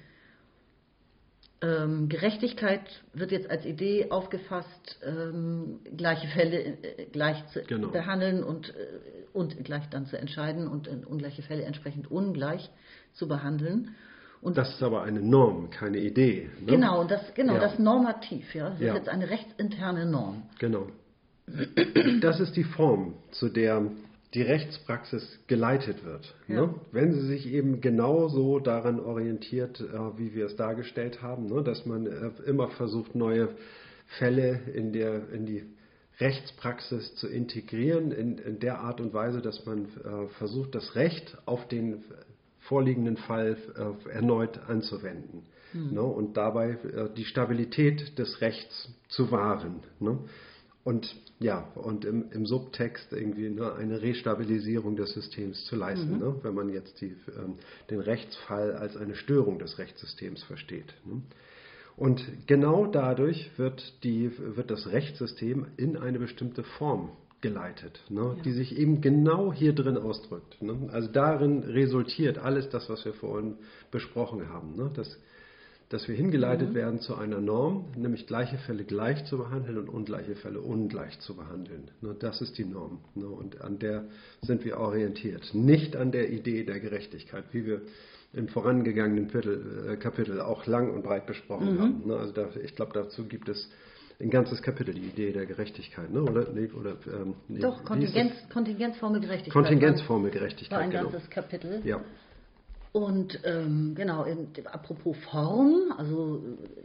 Gerechtigkeit wird jetzt als Idee aufgefasst, gleiche Fälle gleich zu behandeln und gleich dann zu entscheiden und ungleiche Fälle entsprechend ungleich zu behandeln. Und das ist aber eine Norm, keine Idee. Ne? Genau, das Normativ. Ja? Das ist jetzt eine rechtsinterne Norm. Genau. Das ist die Form, zu der die Rechtspraxis geleitet wird. Ne? Wenn sie sich eben genauso daran orientiert, wie wir es dargestellt haben, ne? Dass man immer versucht, neue Fälle in die Rechtspraxis zu integrieren, in der Art und Weise, dass man versucht, das Recht auf den vorliegenden Fall erneut anzuwenden. Ne? Und dabei die Stabilität des Rechts zu wahren. Ne? Und im Subtext irgendwie eine Restabilisierung des Systems zu leisten, ne? Wenn man jetzt den Rechtsfall als eine Störung des Rechtssystems versteht. Ne? Und genau dadurch wird das Rechtssystem in eine bestimmte Form geleitet, ne? Die sich eben genau hier drin ausdrückt. Ne? Also darin resultiert alles das, was wir vorhin besprochen haben. Ne? Dass wir hingeleitet werden zu einer Norm, nämlich gleiche Fälle gleich zu behandeln und ungleiche Fälle ungleich zu behandeln. Ne? Das ist die Norm. Ne? Und an der sind wir orientiert. Nicht an der Idee der Gerechtigkeit, wie wir im vorangegangenen Kapitel auch lang und breit besprochen haben. Ne? Also ich glaube, dazu gibt es ein ganzes Kapitel, die Idee der Gerechtigkeit, ne? Doch, Kontingenzformel Gerechtigkeit. Kontingenzformel Gerechtigkeit, war ein ganzes Kapitel. Ja. Und apropos Form, also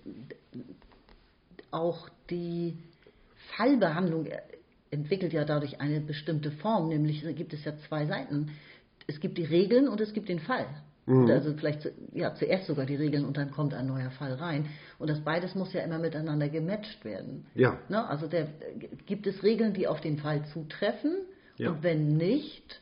auch die Fallbehandlung entwickelt ja dadurch eine bestimmte Form, nämlich gibt es ja zwei Seiten. Es gibt die Regeln und es gibt den Fall. Also vielleicht zuerst sogar die Regeln und dann kommt ein neuer Fall rein. Und das beides muss ja immer miteinander gematcht werden. Ja. Ne? Also gibt es Regeln, die auf den Fall zutreffen und wenn nicht,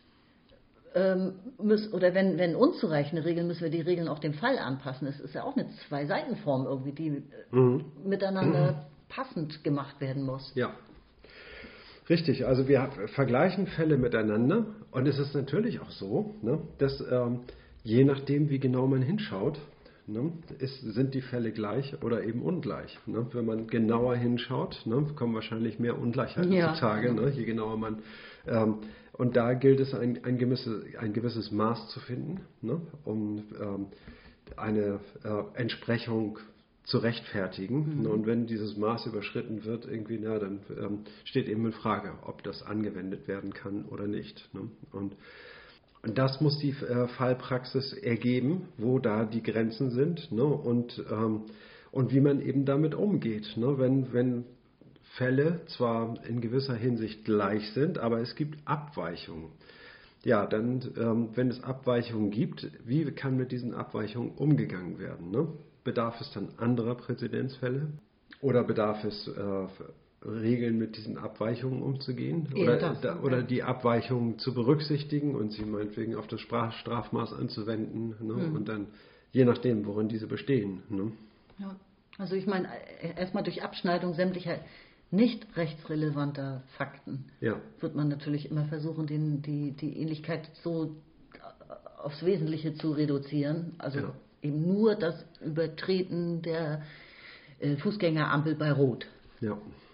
wenn unzureichende Regeln, müssen wir die Regeln auch dem Fall anpassen. Es ist ja auch eine Zwei-Seiten-Form irgendwie, die miteinander passend gemacht werden muss. Ja. Richtig, also wir vergleichen Fälle miteinander und es ist natürlich auch so, ne, dass je nachdem, wie genau man hinschaut, ne, sind die Fälle gleich oder eben ungleich. Ne? Wenn man genauer hinschaut, ne, kommen wahrscheinlich mehr Ungleichheiten zutage, ne, je genauer man. Und da gilt es, ein gewisses Maß zu finden, ne, um eine Entsprechung zu rechtfertigen. Und wenn dieses Maß überschritten wird, dann steht eben in Frage, ob das angewendet werden kann oder nicht. Ne? Und das muss die Fallpraxis ergeben, wo da die Grenzen sind, ne? Und wie man eben damit umgeht. Ne? Wenn Fälle zwar in gewisser Hinsicht gleich sind, aber es gibt Abweichungen. Ja, dann, wenn es Abweichungen gibt, wie kann mit diesen Abweichungen umgegangen werden? Ne? Bedarf es dann anderer Präzedenzfälle? Oder bedarf es Regeln, mit diesen Abweichungen umzugehen? Oder die Abweichungen zu berücksichtigen und sie meinetwegen auf das Strafmaß anzuwenden? Ne? Und dann, je nachdem, worin diese bestehen. Ne? Ja. Also ich meine, erstmal durch Abschneidung sämtlicher nicht rechtsrelevanter Fakten wird man natürlich immer versuchen, die Ähnlichkeit so aufs Wesentliche zu reduzieren. Also eben nur das Übertreten der Fußgängerampel bei Rot. Ja.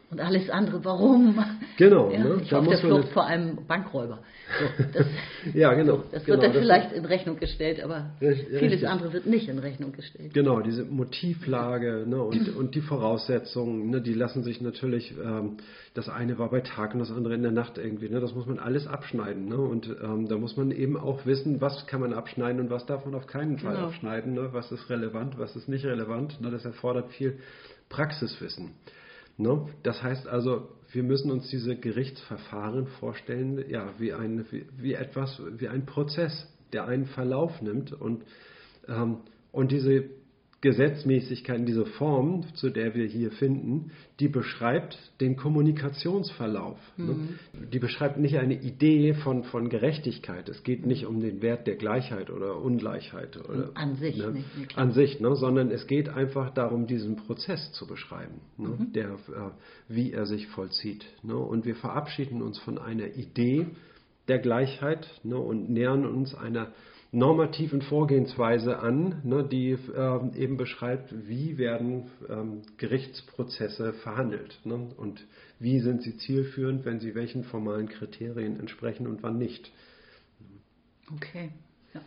Und alles andere, warum? Genau. Ja, Ne? ich Da auf der muss man Flucht vor einem Bankräuber. So, das, ja, genau. das genau, wird dann das vielleicht in Rechnung gestellt, aber Richtig. vieles andere wird nicht in Rechnung gestellt. Genau, diese Motivlage, ne, und die Voraussetzungen, ne, die lassen sich natürlich, das eine war bei Tag und das andere in der Nacht irgendwie, ne, das muss man alles abschneiden. Ne, und da muss man eben auch wissen, was kann man abschneiden und was darf man auf keinen Fall Genau. abschneiden, ne, was ist relevant, was ist nicht relevant. Ne, das erfordert viel Praxiswissen. Ne? Das heißt also, wir müssen uns diese Gerichtsverfahren vorstellen, ja, wie ein Prozess, der einen Verlauf nimmt und diese Gesetzmäßigkeit, diese Form, zu der wir hier finden, die beschreibt den Kommunikationsverlauf. Ne? Die beschreibt nicht eine Idee von Gerechtigkeit. Es geht nicht um den Wert der Gleichheit oder Ungleichheit. Oder, an sich ne? nicht. An sich, ne? Sondern es geht einfach darum, diesen Prozess zu beschreiben, ne? Wie er sich vollzieht. Ne? Und wir verabschieden uns von einer Idee der Gleichheit, ne? Und nähern uns einer normativen Vorgehensweise an, ne, die eben beschreibt, wie werden Gerichtsprozesse verhandelt, ne, und wie sind sie zielführend, wenn sie welchen formalen Kriterien entsprechen und wann nicht. Okay, ja.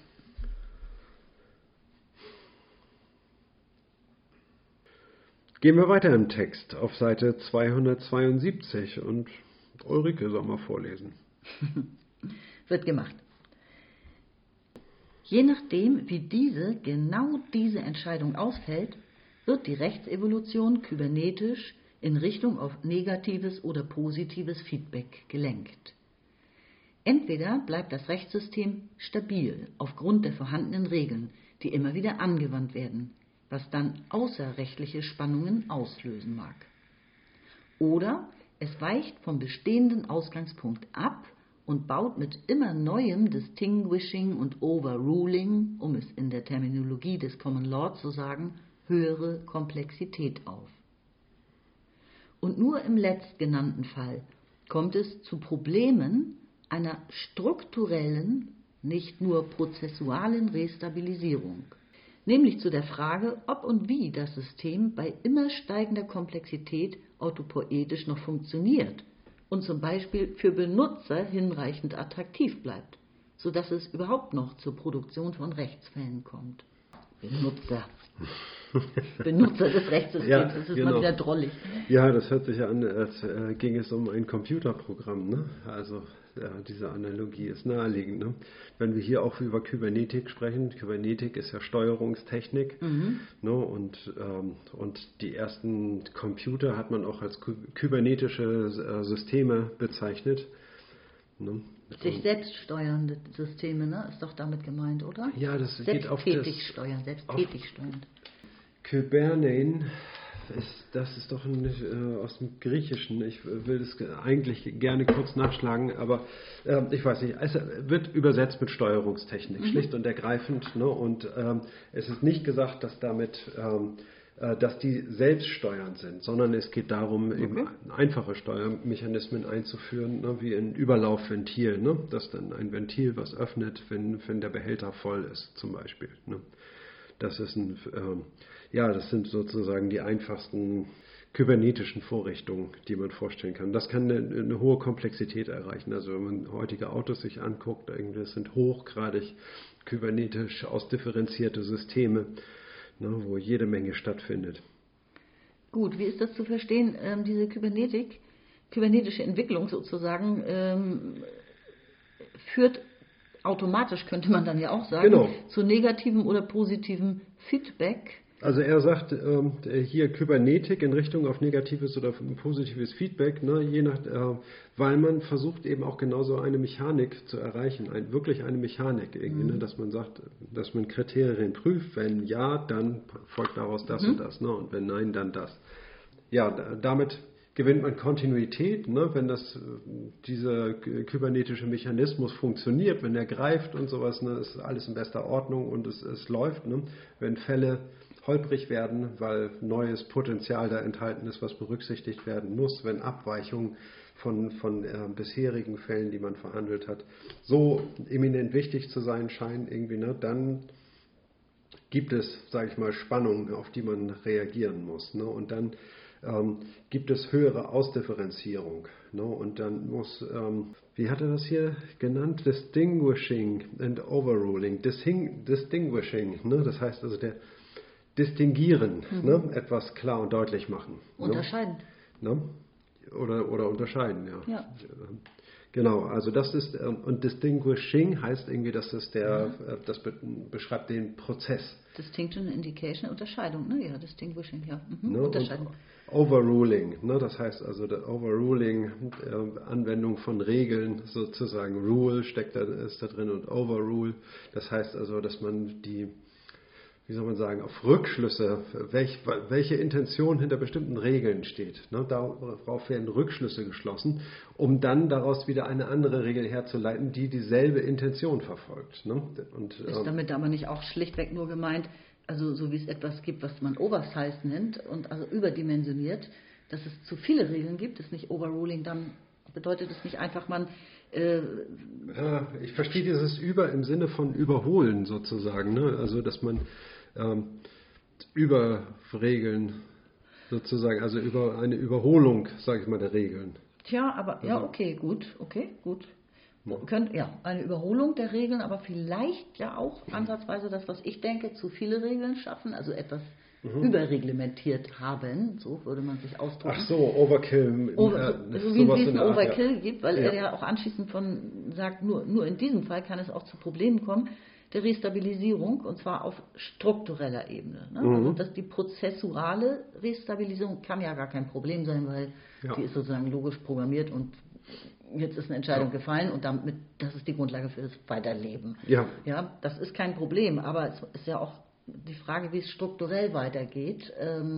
Gehen wir weiter im Text auf Seite 272 und Ulrike soll mal vorlesen. Wird gemacht. Je nachdem, wie genau diese Entscheidung ausfällt, wird die Rechtsevolution kybernetisch in Richtung auf negatives oder positives Feedback gelenkt. Entweder bleibt das Rechtssystem stabil aufgrund der vorhandenen Regeln, die immer wieder angewandt werden, was dann außerrechtliche Spannungen auslösen mag. Oder es weicht vom bestehenden Ausgangspunkt ab und baut mit immer neuem Distinguishing und Overruling, um es in der Terminologie des Common Law zu sagen, höhere Komplexität auf. Und nur im letztgenannten Fall kommt es zu Problemen einer strukturellen, nicht nur prozessualen Restabilisierung, nämlich zu der Frage, ob und wie das System bei immer steigender Komplexität autopoetisch noch funktioniert und zum Beispiel für Benutzer hinreichend attraktiv bleibt, sodass es überhaupt noch zur Produktion von Rechtsfällen kommt. Benutzer des Rechtssystems, Ja, das ist genau. mal wieder drollig. Ja, das hört sich ja an, als ging es um ein Computerprogramm, ne? Also diese Analogie ist naheliegend. Ne? Wenn wir hier auch über Kybernetik sprechen, Kybernetik ist ja Steuerungstechnik, ne? Und die ersten Computer hat man auch als kybernetische Systeme bezeichnet. Ne? Sich selbst steuernde Systeme, ne? Ist doch damit gemeint, oder? Ja, das geht auf selbsttätig steuern. Kybernein, das ist doch aus dem Griechischen. Ich will das eigentlich gerne kurz nachschlagen, aber ich weiß nicht. Es wird übersetzt mit Steuerungstechnik, schlicht und ergreifend. Ne? Und es ist nicht gesagt, dass damit, dass die selbststeuernd sind, sondern es geht darum, eben einfache Steuermechanismen einzuführen, ne? Wie ein Überlaufventil, ne? Das dann ein Ventil, was öffnet, wenn der Behälter voll ist, zum Beispiel. Ne? Das sind sozusagen die einfachsten kybernetischen Vorrichtungen, die man vorstellen kann. Das kann eine hohe Komplexität erreichen. Also wenn man heutige Autos sich anguckt, das sind hochgradig kybernetisch ausdifferenzierte Systeme, ne, wo jede Menge stattfindet. Gut, wie ist das zu verstehen? Diese kybernetische Entwicklung sozusagen führt automatisch, könnte man dann ja auch sagen, zu negativem oder positivem Feedback. Also er sagt hier Kybernetik in Richtung auf negatives oder positives Feedback, ne, weil man versucht eben auch genauso eine Mechanik zu erreichen, wirklich eine Mechanik, irgendwie, ne, dass man sagt, dass man Kriterien prüft, wenn ja, dann folgt daraus das und das, ne, und wenn nein, dann das. Ja, damit gewinnt man Kontinuität, ne, wenn dieser kybernetische Mechanismus funktioniert, wenn er greift und sowas, ne, ist alles in bester Ordnung und es läuft. Ne, wenn Fälle holprig werden, weil neues Potenzial da enthalten ist, was berücksichtigt werden muss, wenn Abweichungen von bisherigen Fällen, die man verhandelt hat, so eminent wichtig zu sein scheinen, irgendwie, ne, dann gibt es, sage ich mal, Spannungen, auf die man reagieren muss. Ne? Und dann gibt es höhere Ausdifferenzierung. Ne? Und dann muss, wie hat er das hier genannt? Distinguishing and Overruling. Distinguishing, ne? Das heißt also distinguieren, ne? Etwas klar und deutlich machen. Unterscheiden. Ne? Oder unterscheiden, ja. Ja. Genau, also das ist, und distinguishing heißt irgendwie, dass das beschreibt den Prozess. Distinction, Indication, Unterscheidung, ne? Ja, distinguishing, ja. Ne? Unterscheiden. Und Overruling, ne? Das heißt also, der Overruling, Anwendung von Regeln, sozusagen Rule ist da drin und Overrule. Das heißt also, dass man wie soll man sagen, auf Rückschlüsse, welche Intention hinter bestimmten Regeln steht. Ne? Darauf werden Rückschlüsse geschlossen, um dann daraus wieder eine andere Regel herzuleiten, die dieselbe Intention verfolgt. Ne? Und, ist damit aber nicht auch schlichtweg nur gemeint, also so wie es etwas gibt, was man Oversize nennt und also überdimensioniert, dass es zu viele Regeln gibt, ist nicht Overruling, dann bedeutet es nicht einfach, ich verstehe dieses Über im Sinne von überholen sozusagen, ne? Also dass man über Regeln sozusagen, also über eine Überholung, sage ich mal, der Regeln. Tja, aber ja, okay, gut. Eine Überholung der Regeln, aber vielleicht ja auch ansatzweise das, was ich denke, zu viele Regeln schaffen, also etwas überreglementiert haben, so würde man sich ausdrücken. Ach so, Overkill. So wie es diesen Overkill gibt, weil er ja auch anschließend sagt, nur in diesem Fall kann es auch zu Problemen kommen, der Restabilisierung, und zwar auf struktureller Ebene. Ne? Also die prozessuale Restabilisierung kann ja gar kein Problem sein, weil die ist sozusagen logisch programmiert und jetzt ist eine Entscheidung gefallen und damit, das ist die Grundlage für das Weiterleben. Ja, das ist kein Problem, aber es ist ja auch die Frage, wie es strukturell weitergeht,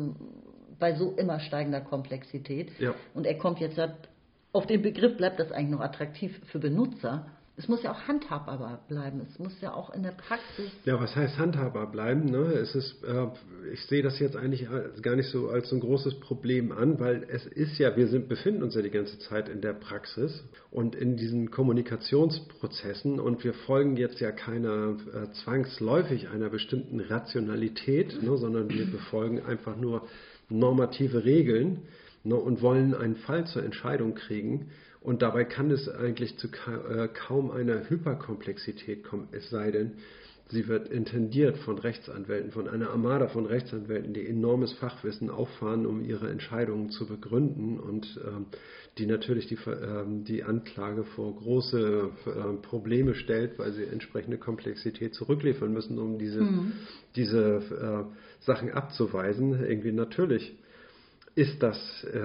bei so immer steigender Komplexität. Ja. Und er kommt jetzt auf den Begriff, bleibt das eigentlich noch attraktiv für Benutzer? Es muss ja auch handhabbar bleiben. Es muss ja auch in der Praxis... Ja, was heißt handhabbar bleiben? Ne? Es ist, ich sehe das jetzt eigentlich gar nicht so als so ein großes Problem an, weil es ist ja, befinden uns ja die ganze Zeit in der Praxis und in diesen Kommunikationsprozessen und wir folgen jetzt ja keiner zwangsläufig einer bestimmten Rationalität, ne, sondern wir befolgen einfach nur normative Regeln, ne, und wollen einen Fall zur Entscheidung kriegen. Und dabei kann es eigentlich zu kaum einer Hyperkomplexität kommen, es sei denn, sie wird intendiert von Rechtsanwälten, von einer Armada von Rechtsanwälten, die enormes Fachwissen auffahren, um ihre Entscheidungen zu begründen und die natürlich die Anklage vor große Probleme stellt, weil sie entsprechende Komplexität zurückliefern müssen, um diese Sachen abzuweisen. Irgendwie natürlich ist das...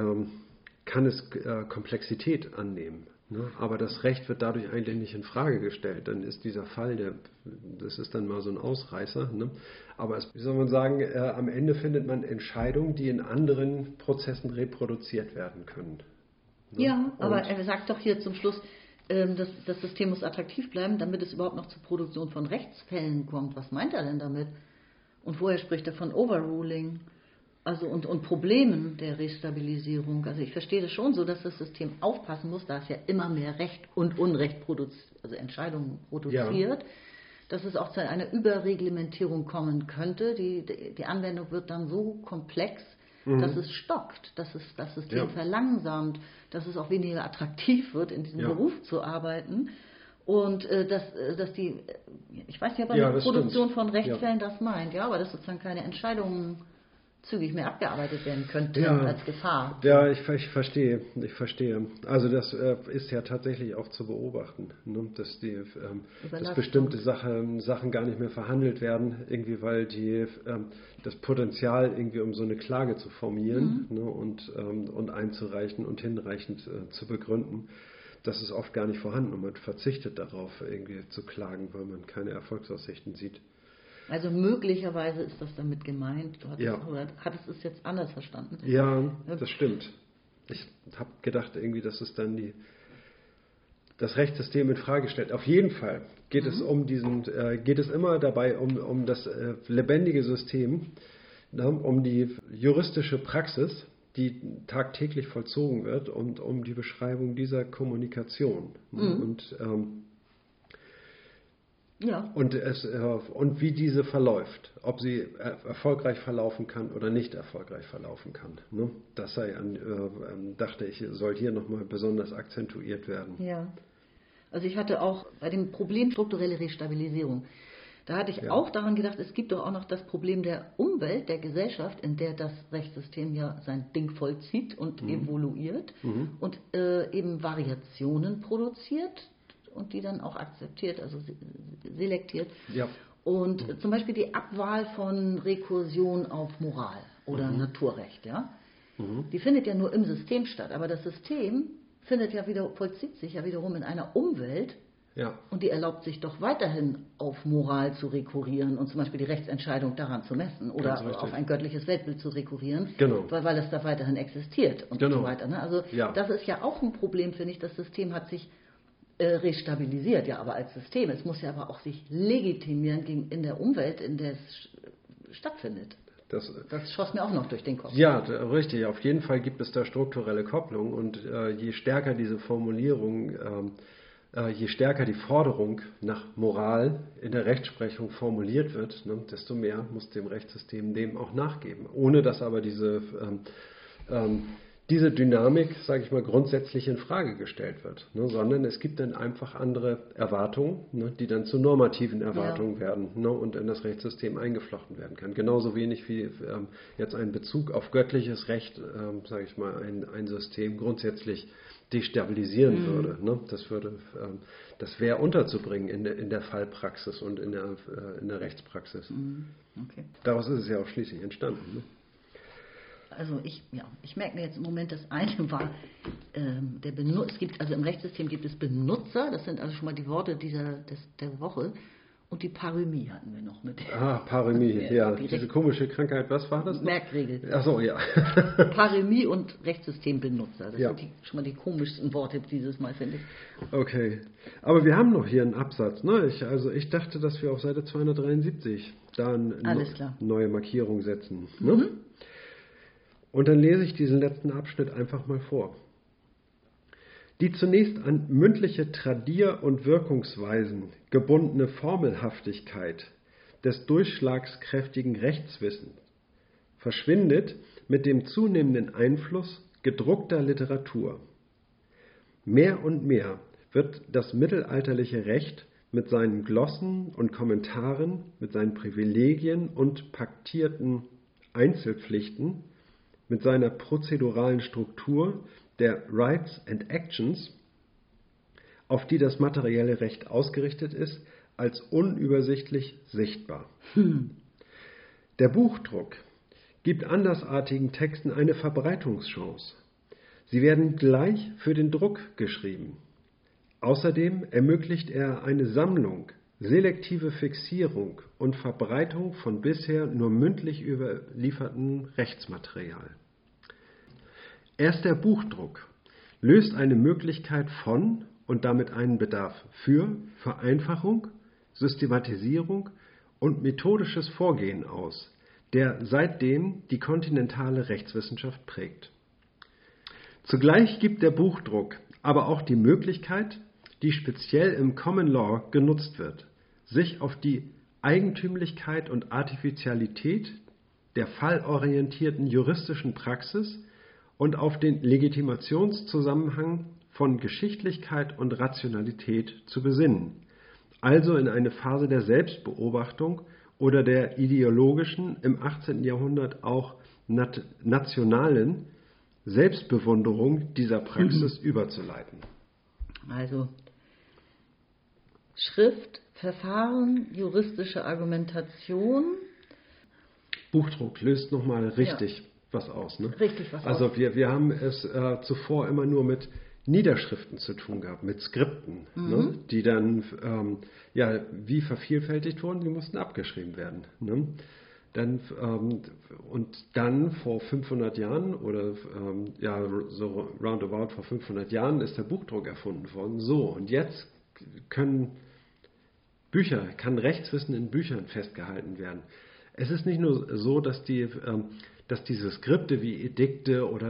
kann es Komplexität annehmen. Ne? Aber das Recht wird dadurch eigentlich nicht in Frage gestellt. Dann ist dieser Fall, das ist dann mal so ein Ausreißer. Ne? Aber wie soll man sagen, am Ende findet man Entscheidungen, die in anderen Prozessen reproduziert werden können. Ne? Ja, aber er sagt doch hier zum Schluss, das System muss attraktiv bleiben, damit es überhaupt noch zur Produktion von Rechtsfällen kommt. Was meint er denn damit? Und vorher spricht er von Overruling. Also und Problemen der Restabilisierung. Also ich verstehe das schon so, dass das System aufpassen muss, da es ja immer mehr Recht und Unrecht also Entscheidungen produziert, dass es auch zu einer Überreglementierung kommen könnte. Die Anwendung wird dann so komplex, dass es stockt, dass es das System verlangsamt, dass es auch weniger attraktiv wird, in diesem Beruf zu arbeiten. Und dass die, ich weiß nicht, ob die Produktion von Rechtsfällen das meint, ja, aber dass sozusagen keine Entscheidungen zügig mehr abgearbeitet werden könnte als Gefahr. Ja, ich verstehe. Also das ist ja tatsächlich auch zu beobachten, ne? Dass bestimmte Sachen gar nicht mehr verhandelt werden, irgendwie, weil das Potenzial irgendwie, um so eine Klage zu formieren, ne? und einzureichen und hinreichend zu begründen, das ist oft gar nicht vorhanden und man verzichtet darauf, irgendwie zu klagen, weil man keine Erfolgsaussichten sieht. Also möglicherweise ist das damit gemeint. Hattest du es jetzt anders verstanden? Ja, das stimmt. Ich habe gedacht irgendwie, dass es dann das Rechtssystem in Frage stellt. Auf jeden Fall geht es geht es immer dabei um das lebendige System, ne, um die juristische Praxis, die tagtäglich vollzogen wird und um die Beschreibung dieser Kommunikation. Und Ja. Und wie diese verläuft, ob sie erfolgreich verlaufen kann oder nicht erfolgreich verlaufen kann. Ne? Das dachte ich, soll hier nochmal besonders akzentuiert werden. Ja. Also ich hatte auch bei dem Problem strukturelle Restabilisierung, da hatte ich auch daran gedacht, es gibt doch auch noch das Problem der Umwelt, der Gesellschaft, in der das Rechtssystem ja sein Ding vollzieht und evoluiert und eben Variationen produziert und die dann auch akzeptiert, also selektiert. Ja. Und zum Beispiel die Abwahl von Rekursion auf Moral oder Naturrecht, ja, die findet ja nur im System statt, aber das System vollzieht sich ja wiederum in einer Umwelt, und die erlaubt sich doch weiterhin auf Moral zu rekurrieren und zum Beispiel die Rechtsentscheidung daran zu messen oder auf ein göttliches Weltbild zu rekurrieren, weil es da weiterhin existiert und so weiter. Ne? Also das ist ja auch ein Problem, finde ich. Das System hat sich restabilisiert, ja, aber als System. Es muss ja aber auch sich legitimieren in der Umwelt, in der es stattfindet. Das schoss mir auch noch durch den Kopf. Ja, richtig. Auf jeden Fall gibt es da strukturelle Kopplung und je stärker diese Formulierung, je stärker die Forderung nach Moral in der Rechtsprechung formuliert wird, ne, desto mehr muss dem Rechtssystem dem auch nachgeben. Ohne dass aber diese Dynamik, sage ich mal, grundsätzlich in Frage gestellt wird, ne, sondern es gibt dann einfach andere Erwartungen, ne, die dann zu normativen Erwartungen werden, ne, und in das Rechtssystem eingeflochten werden kann. Genauso wenig wie jetzt ein Bezug auf göttliches Recht, sage ich mal, ein System grundsätzlich destabilisieren würde. Ne? Das wäre unterzubringen in der Fallpraxis und in der Rechtspraxis. Okay. Daraus ist es ja auch schließlich entstanden. Ne? Also ich merke mir jetzt im Moment, das eine war, es gibt, also im Rechtssystem gibt es Benutzer, das sind also schon mal die Worte der Woche, und die Paremie hatten wir noch mit. Paremie, ja. Diese komische Krankheit, was war das? Merkregel. Ach so, ja. Paremie und Rechtssystembenutzer, das sind schon mal die komischsten Worte dieses Mal, finde ich. Okay, aber wir haben noch hier einen Absatz. Ne? Ich dachte, dass wir auf Seite 273 da eine neue Markierung setzen. Ne? Und dann lese ich diesen letzten Abschnitt einfach mal vor. Die zunächst an mündliche Tradier- und Wirkungsweisen gebundene Formelhaftigkeit des durchschlagskräftigen Rechtswissens verschwindet mit dem zunehmenden Einfluss gedruckter Literatur. Mehr und mehr wird das mittelalterliche Recht mit seinen Glossen und Kommentaren, mit seinen Privilegien und paktierten Einzelpflichten, mit seiner prozeduralen Struktur der Rights and Actions, auf die das materielle Recht ausgerichtet ist, als unübersichtlich sichtbar. Der Buchdruck gibt andersartigen Texten eine Verbreitungschance. Sie werden gleich für den Druck geschrieben. Außerdem ermöglicht er eine Sammlung, selektive Fixierung und Verbreitung von bisher nur mündlich überliefertem Rechtsmaterial. Erst der Buchdruck löst eine Möglichkeit von und damit einen Bedarf für Vereinfachung, Systematisierung und methodisches Vorgehen aus, der seitdem die kontinentale Rechtswissenschaft prägt. Zugleich gibt der Buchdruck aber auch die Möglichkeit, die speziell im Common Law genutzt wird, sich auf die Eigentümlichkeit und Artificialität der fallorientierten juristischen Praxis und auf den Legitimationszusammenhang von Geschichtlichkeit und Rationalität zu besinnen, also in eine Phase der Selbstbeobachtung oder der ideologischen, im 18. Jahrhundert auch nationalen Selbstbewunderung dieser Praxis überzuleiten. Also Schrift, Verfahren, juristische Argumentation. Buchdruck löst nochmal richtig was aus. Ne? Richtig was also aus. Wir haben es zuvor immer nur mit Niederschriften zu tun gehabt, mit Skripten, ne? Die dann wie vervielfältigt wurden, die mussten abgeschrieben werden. Ne? Und dann vor 500 Jahren oder so roundabout vor 500 Jahren ist der Buchdruck erfunden worden. So, und jetzt kann Rechtswissen in Büchern festgehalten werden. Es ist nicht nur so, dass die dass diese Skripte wie Edikte oder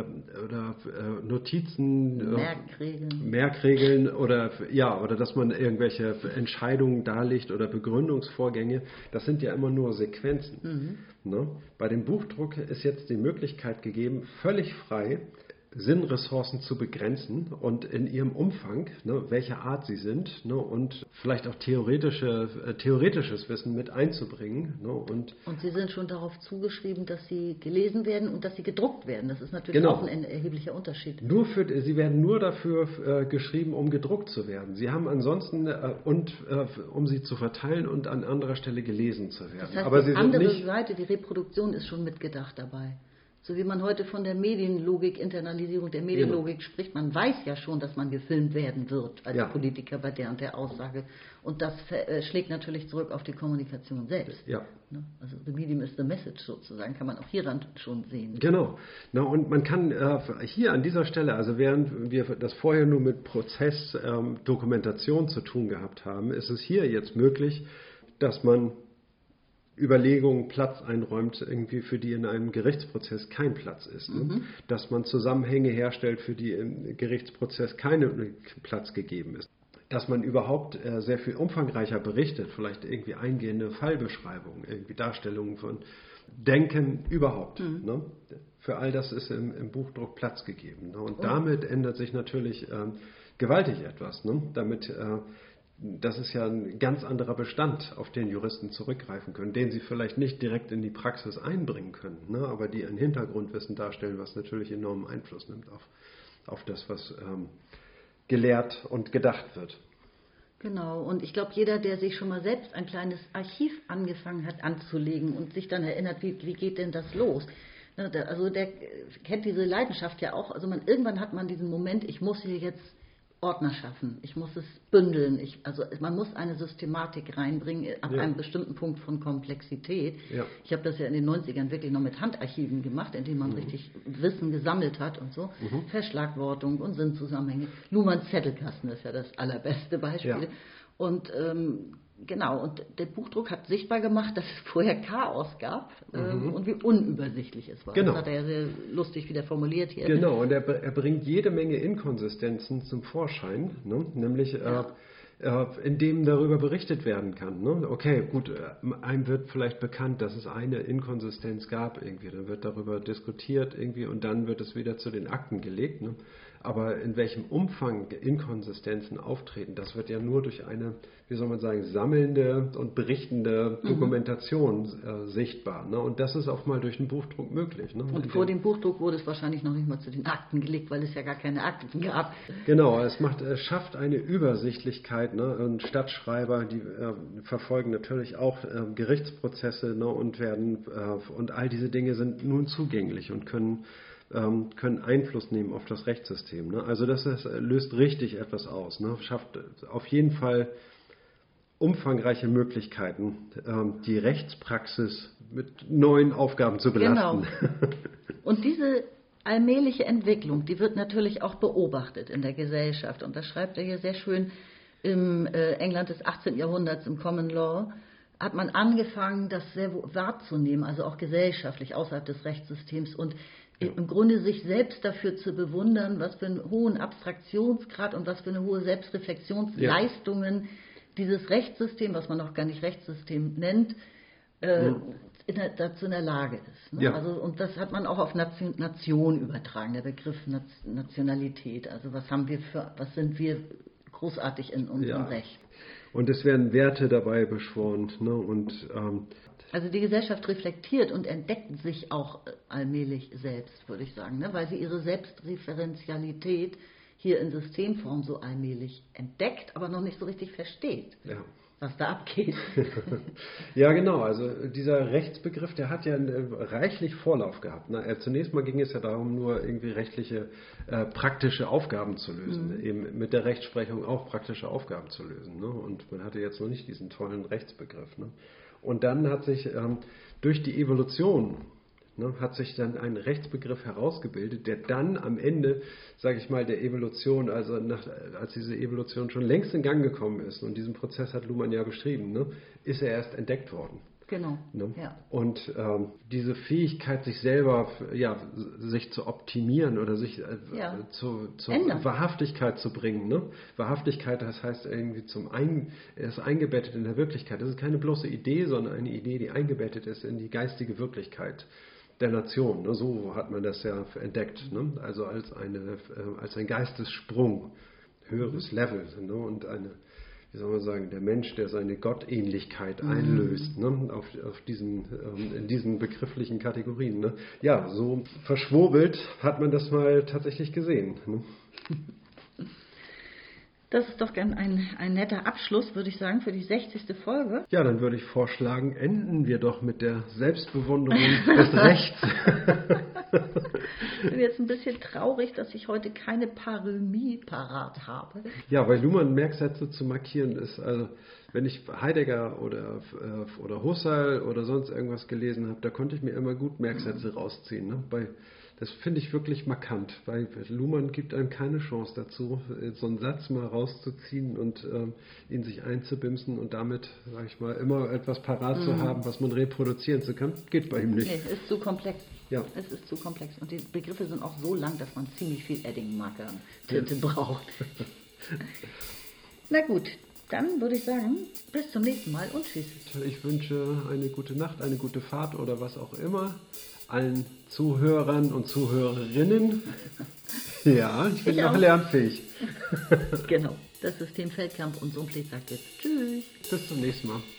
Notizen, Merkregeln oder dass man irgendwelche Entscheidungen darlegt oder Begründungsvorgänge, das sind ja immer nur Sequenzen. Ne? Bei dem Buchdruck ist jetzt die Möglichkeit gegeben, völlig frei Sinnressourcen zu begrenzen und in ihrem Umfang, ne, welcher Art sie sind, ne, und vielleicht auch theoretisches Wissen mit einzubringen. Ne, und sie sind schon darauf zugeschrieben, dass sie gelesen werden und dass sie gedruckt werden. Das ist natürlich auch ein erheblicher Unterschied. Sie werden nur dafür geschrieben, um gedruckt zu werden. Sie haben ansonsten, um sie zu verteilen und an anderer Stelle gelesen zu werden. Das heißt, die andere Seite, die Reproduktion ist schon mitgedacht dabei. So wie man heute von der Medienlogik, Internalisierung der Medienlogik spricht, man weiß ja schon, dass man gefilmt werden wird als Politiker bei der und der Aussage. Und das schlägt natürlich zurück auf die Kommunikation selbst. Ja. Also the medium is the message sozusagen, kann man auch hieran schon sehen. Genau. Na, und man kann hier an dieser Stelle, also während wir das vorher nur mit Prozessdokumentation zu tun gehabt haben, ist es hier jetzt möglich, dass man Überlegungen Platz einräumt, irgendwie für die in einem Gerichtsprozess kein Platz ist. Ne? Dass man Zusammenhänge herstellt, für die im Gerichtsprozess kein Platz gegeben ist. Dass man überhaupt sehr viel umfangreicher berichtet, vielleicht irgendwie eingehende Fallbeschreibungen, irgendwie Darstellungen von Denken überhaupt. Ne? Für all das ist im Buchdruck Platz gegeben. Ne? Und damit ändert sich natürlich gewaltig etwas. Ne? Das ist ja ein ganz anderer Bestand, auf den Juristen zurückgreifen können, den sie vielleicht nicht direkt in die Praxis einbringen können, ne, aber die ein Hintergrundwissen darstellen, was natürlich enormen Einfluss nimmt auf das, was gelehrt und gedacht wird. Genau, und ich glaube, jeder, der sich schon mal selbst ein kleines Archiv angefangen hat anzulegen und sich dann erinnert, wie geht denn das los? Also der kennt diese Leidenschaft ja auch. Also irgendwann hat man diesen Moment, ich muss hier jetzt Ordner schaffen, ich muss es bündeln, man muss eine Systematik reinbringen ab einem bestimmten Punkt von Komplexität. Ja. Ich habe das ja in den 90ern wirklich noch mit Handarchiven gemacht, in denen man richtig Wissen gesammelt hat und so. Verschlagwortung und Sinnzusammenhänge. Luhmanns Zettelkasten ist ja das allerbeste Beispiel. Ja. Und und der Buchdruck hat sichtbar gemacht, dass es vorher Chaos gab und wie unübersichtlich es war. Genau. Das hat er ja sehr lustig wieder formuliert hier. Genau, und er bringt jede Menge Inkonsistenzen zum Vorschein, ne? Nämlich in dem darüber berichtet werden kann. Ne? Okay, gut, einem wird vielleicht bekannt, dass es eine Inkonsistenz gab irgendwie, dann wird darüber diskutiert irgendwie und dann wird es wieder zu den Akten gelegt. Ne? Aber in welchem Umfang Inkonsistenzen auftreten, das wird ja nur durch eine, wie soll man sagen, sammelnde und berichtende Dokumentation sichtbar. Ne? Und das ist auch mal durch den Buchdruck möglich. Ne? Und vor dem Buchdruck wurde es wahrscheinlich noch nicht mal zu den Akten gelegt, weil es ja gar keine Akten gab. Genau, es schafft eine Übersichtlichkeit. Ne? Und Stadtschreiber, die verfolgen natürlich auch Gerichtsprozesse, ne? Und all diese Dinge sind nun zugänglich und können Einfluss nehmen auf das Rechtssystem. Ne? Also das löst richtig etwas aus. Ne? Schafft auf jeden Fall umfangreiche Möglichkeiten, die Rechtspraxis mit neuen Aufgaben zu belasten. Genau. Und diese allmähliche Entwicklung, die wird natürlich auch beobachtet in der Gesellschaft. Und das schreibt er hier sehr schön im England des 18. Jahrhunderts, im Common Law, hat man angefangen, das sehr wahrzunehmen, also auch gesellschaftlich außerhalb des Rechtssystems und im Grunde sich selbst dafür zu bewundern, was für einen hohen Abstraktionsgrad und was für eine hohe Selbstreflexionsleistungen dieses Rechtssystem, was man noch gar nicht Rechtssystem nennt, dazu in der Lage ist. Ne? Ja. Also, und das hat man auch auf Nation übertragen, der Begriff Nationalität. Also was sind wir großartig in unserem Recht? Und es werden Werte dabei beschworen. Ne? Und also die Gesellschaft reflektiert und entdeckt sich auch allmählich selbst, würde ich sagen, ne? Weil sie ihre Selbstreferenzialität hier in Systemform so allmählich entdeckt, aber noch nicht so richtig versteht, was da abgeht. Ja, genau. Also dieser Rechtsbegriff, der hat ja reichlich Vorlauf gehabt. Ne? Zunächst mal ging es ja darum, nur irgendwie rechtliche, praktische Aufgaben zu lösen. Eben mit der Rechtsprechung auch praktische Aufgaben zu lösen. Ne? Und man hatte jetzt noch nicht diesen tollen Rechtsbegriff. Ne? Und dann hat sich durch die Evolution hat sich dann ein Rechtsbegriff herausgebildet, der dann am Ende, sage ich mal, der Evolution, also als diese Evolution schon längst in Gang gekommen ist, und diesen Prozess hat Luhmann ja beschrieben, ist er erst entdeckt worden. Genau. Ne? Ja. Und diese Fähigkeit, sich selber, sich zu optimieren oder sich zur Wahrhaftigkeit zu bringen. Ne? Wahrhaftigkeit, das heißt irgendwie er ist eingebettet in der Wirklichkeit. Das ist keine bloße Idee, sondern eine Idee, die eingebettet ist in die geistige Wirklichkeit der Nation. Ne? So hat man das ja entdeckt. Ne? Also als ein Geistessprung, höheres Level. Ne? Und wie soll man sagen, der Mensch, der seine Gottähnlichkeit einlöst, ne? In diesen begrifflichen Kategorien. Ne? Ja, so verschwurbelt hat man das mal tatsächlich gesehen. Ne? Das ist doch ein netter Abschluss, würde ich sagen, für die 60. Folge. Ja, dann würde ich vorschlagen, enden wir doch mit der Selbstbewunderung des Rechts. Ich bin jetzt ein bisschen traurig, dass ich heute keine Paremie parat habe. Ja, weil Luhmann Merksätze zu markieren ist, also wenn ich Heidegger oder Husserl oder sonst irgendwas gelesen habe, da konnte ich mir immer gut Merksätze rausziehen. Ne? Das finde ich wirklich markant, weil Luhmann gibt einem keine Chance dazu, so einen Satz mal rauszuziehen und ihn sich einzubimsen und damit, sage ich mal, immer etwas parat zu haben, was man reproduzieren zu kann. Geht bei ihm nicht. Nee, ist zu komplex. Ja. Es ist zu komplex. Und die Begriffe sind auch so lang, dass man ziemlich viel Edding-Marker Tinte braucht. Na gut, dann würde ich sagen, bis zum nächsten Mal und tschüss. Ich wünsche eine gute Nacht, eine gute Fahrt oder was auch immer. Allen Zuhörern und Zuhörerinnen. Ja, ich bin noch lernfähig. Genau, das System Feldkamp und Sohn sagt jetzt tschüss. Bis zum nächsten Mal.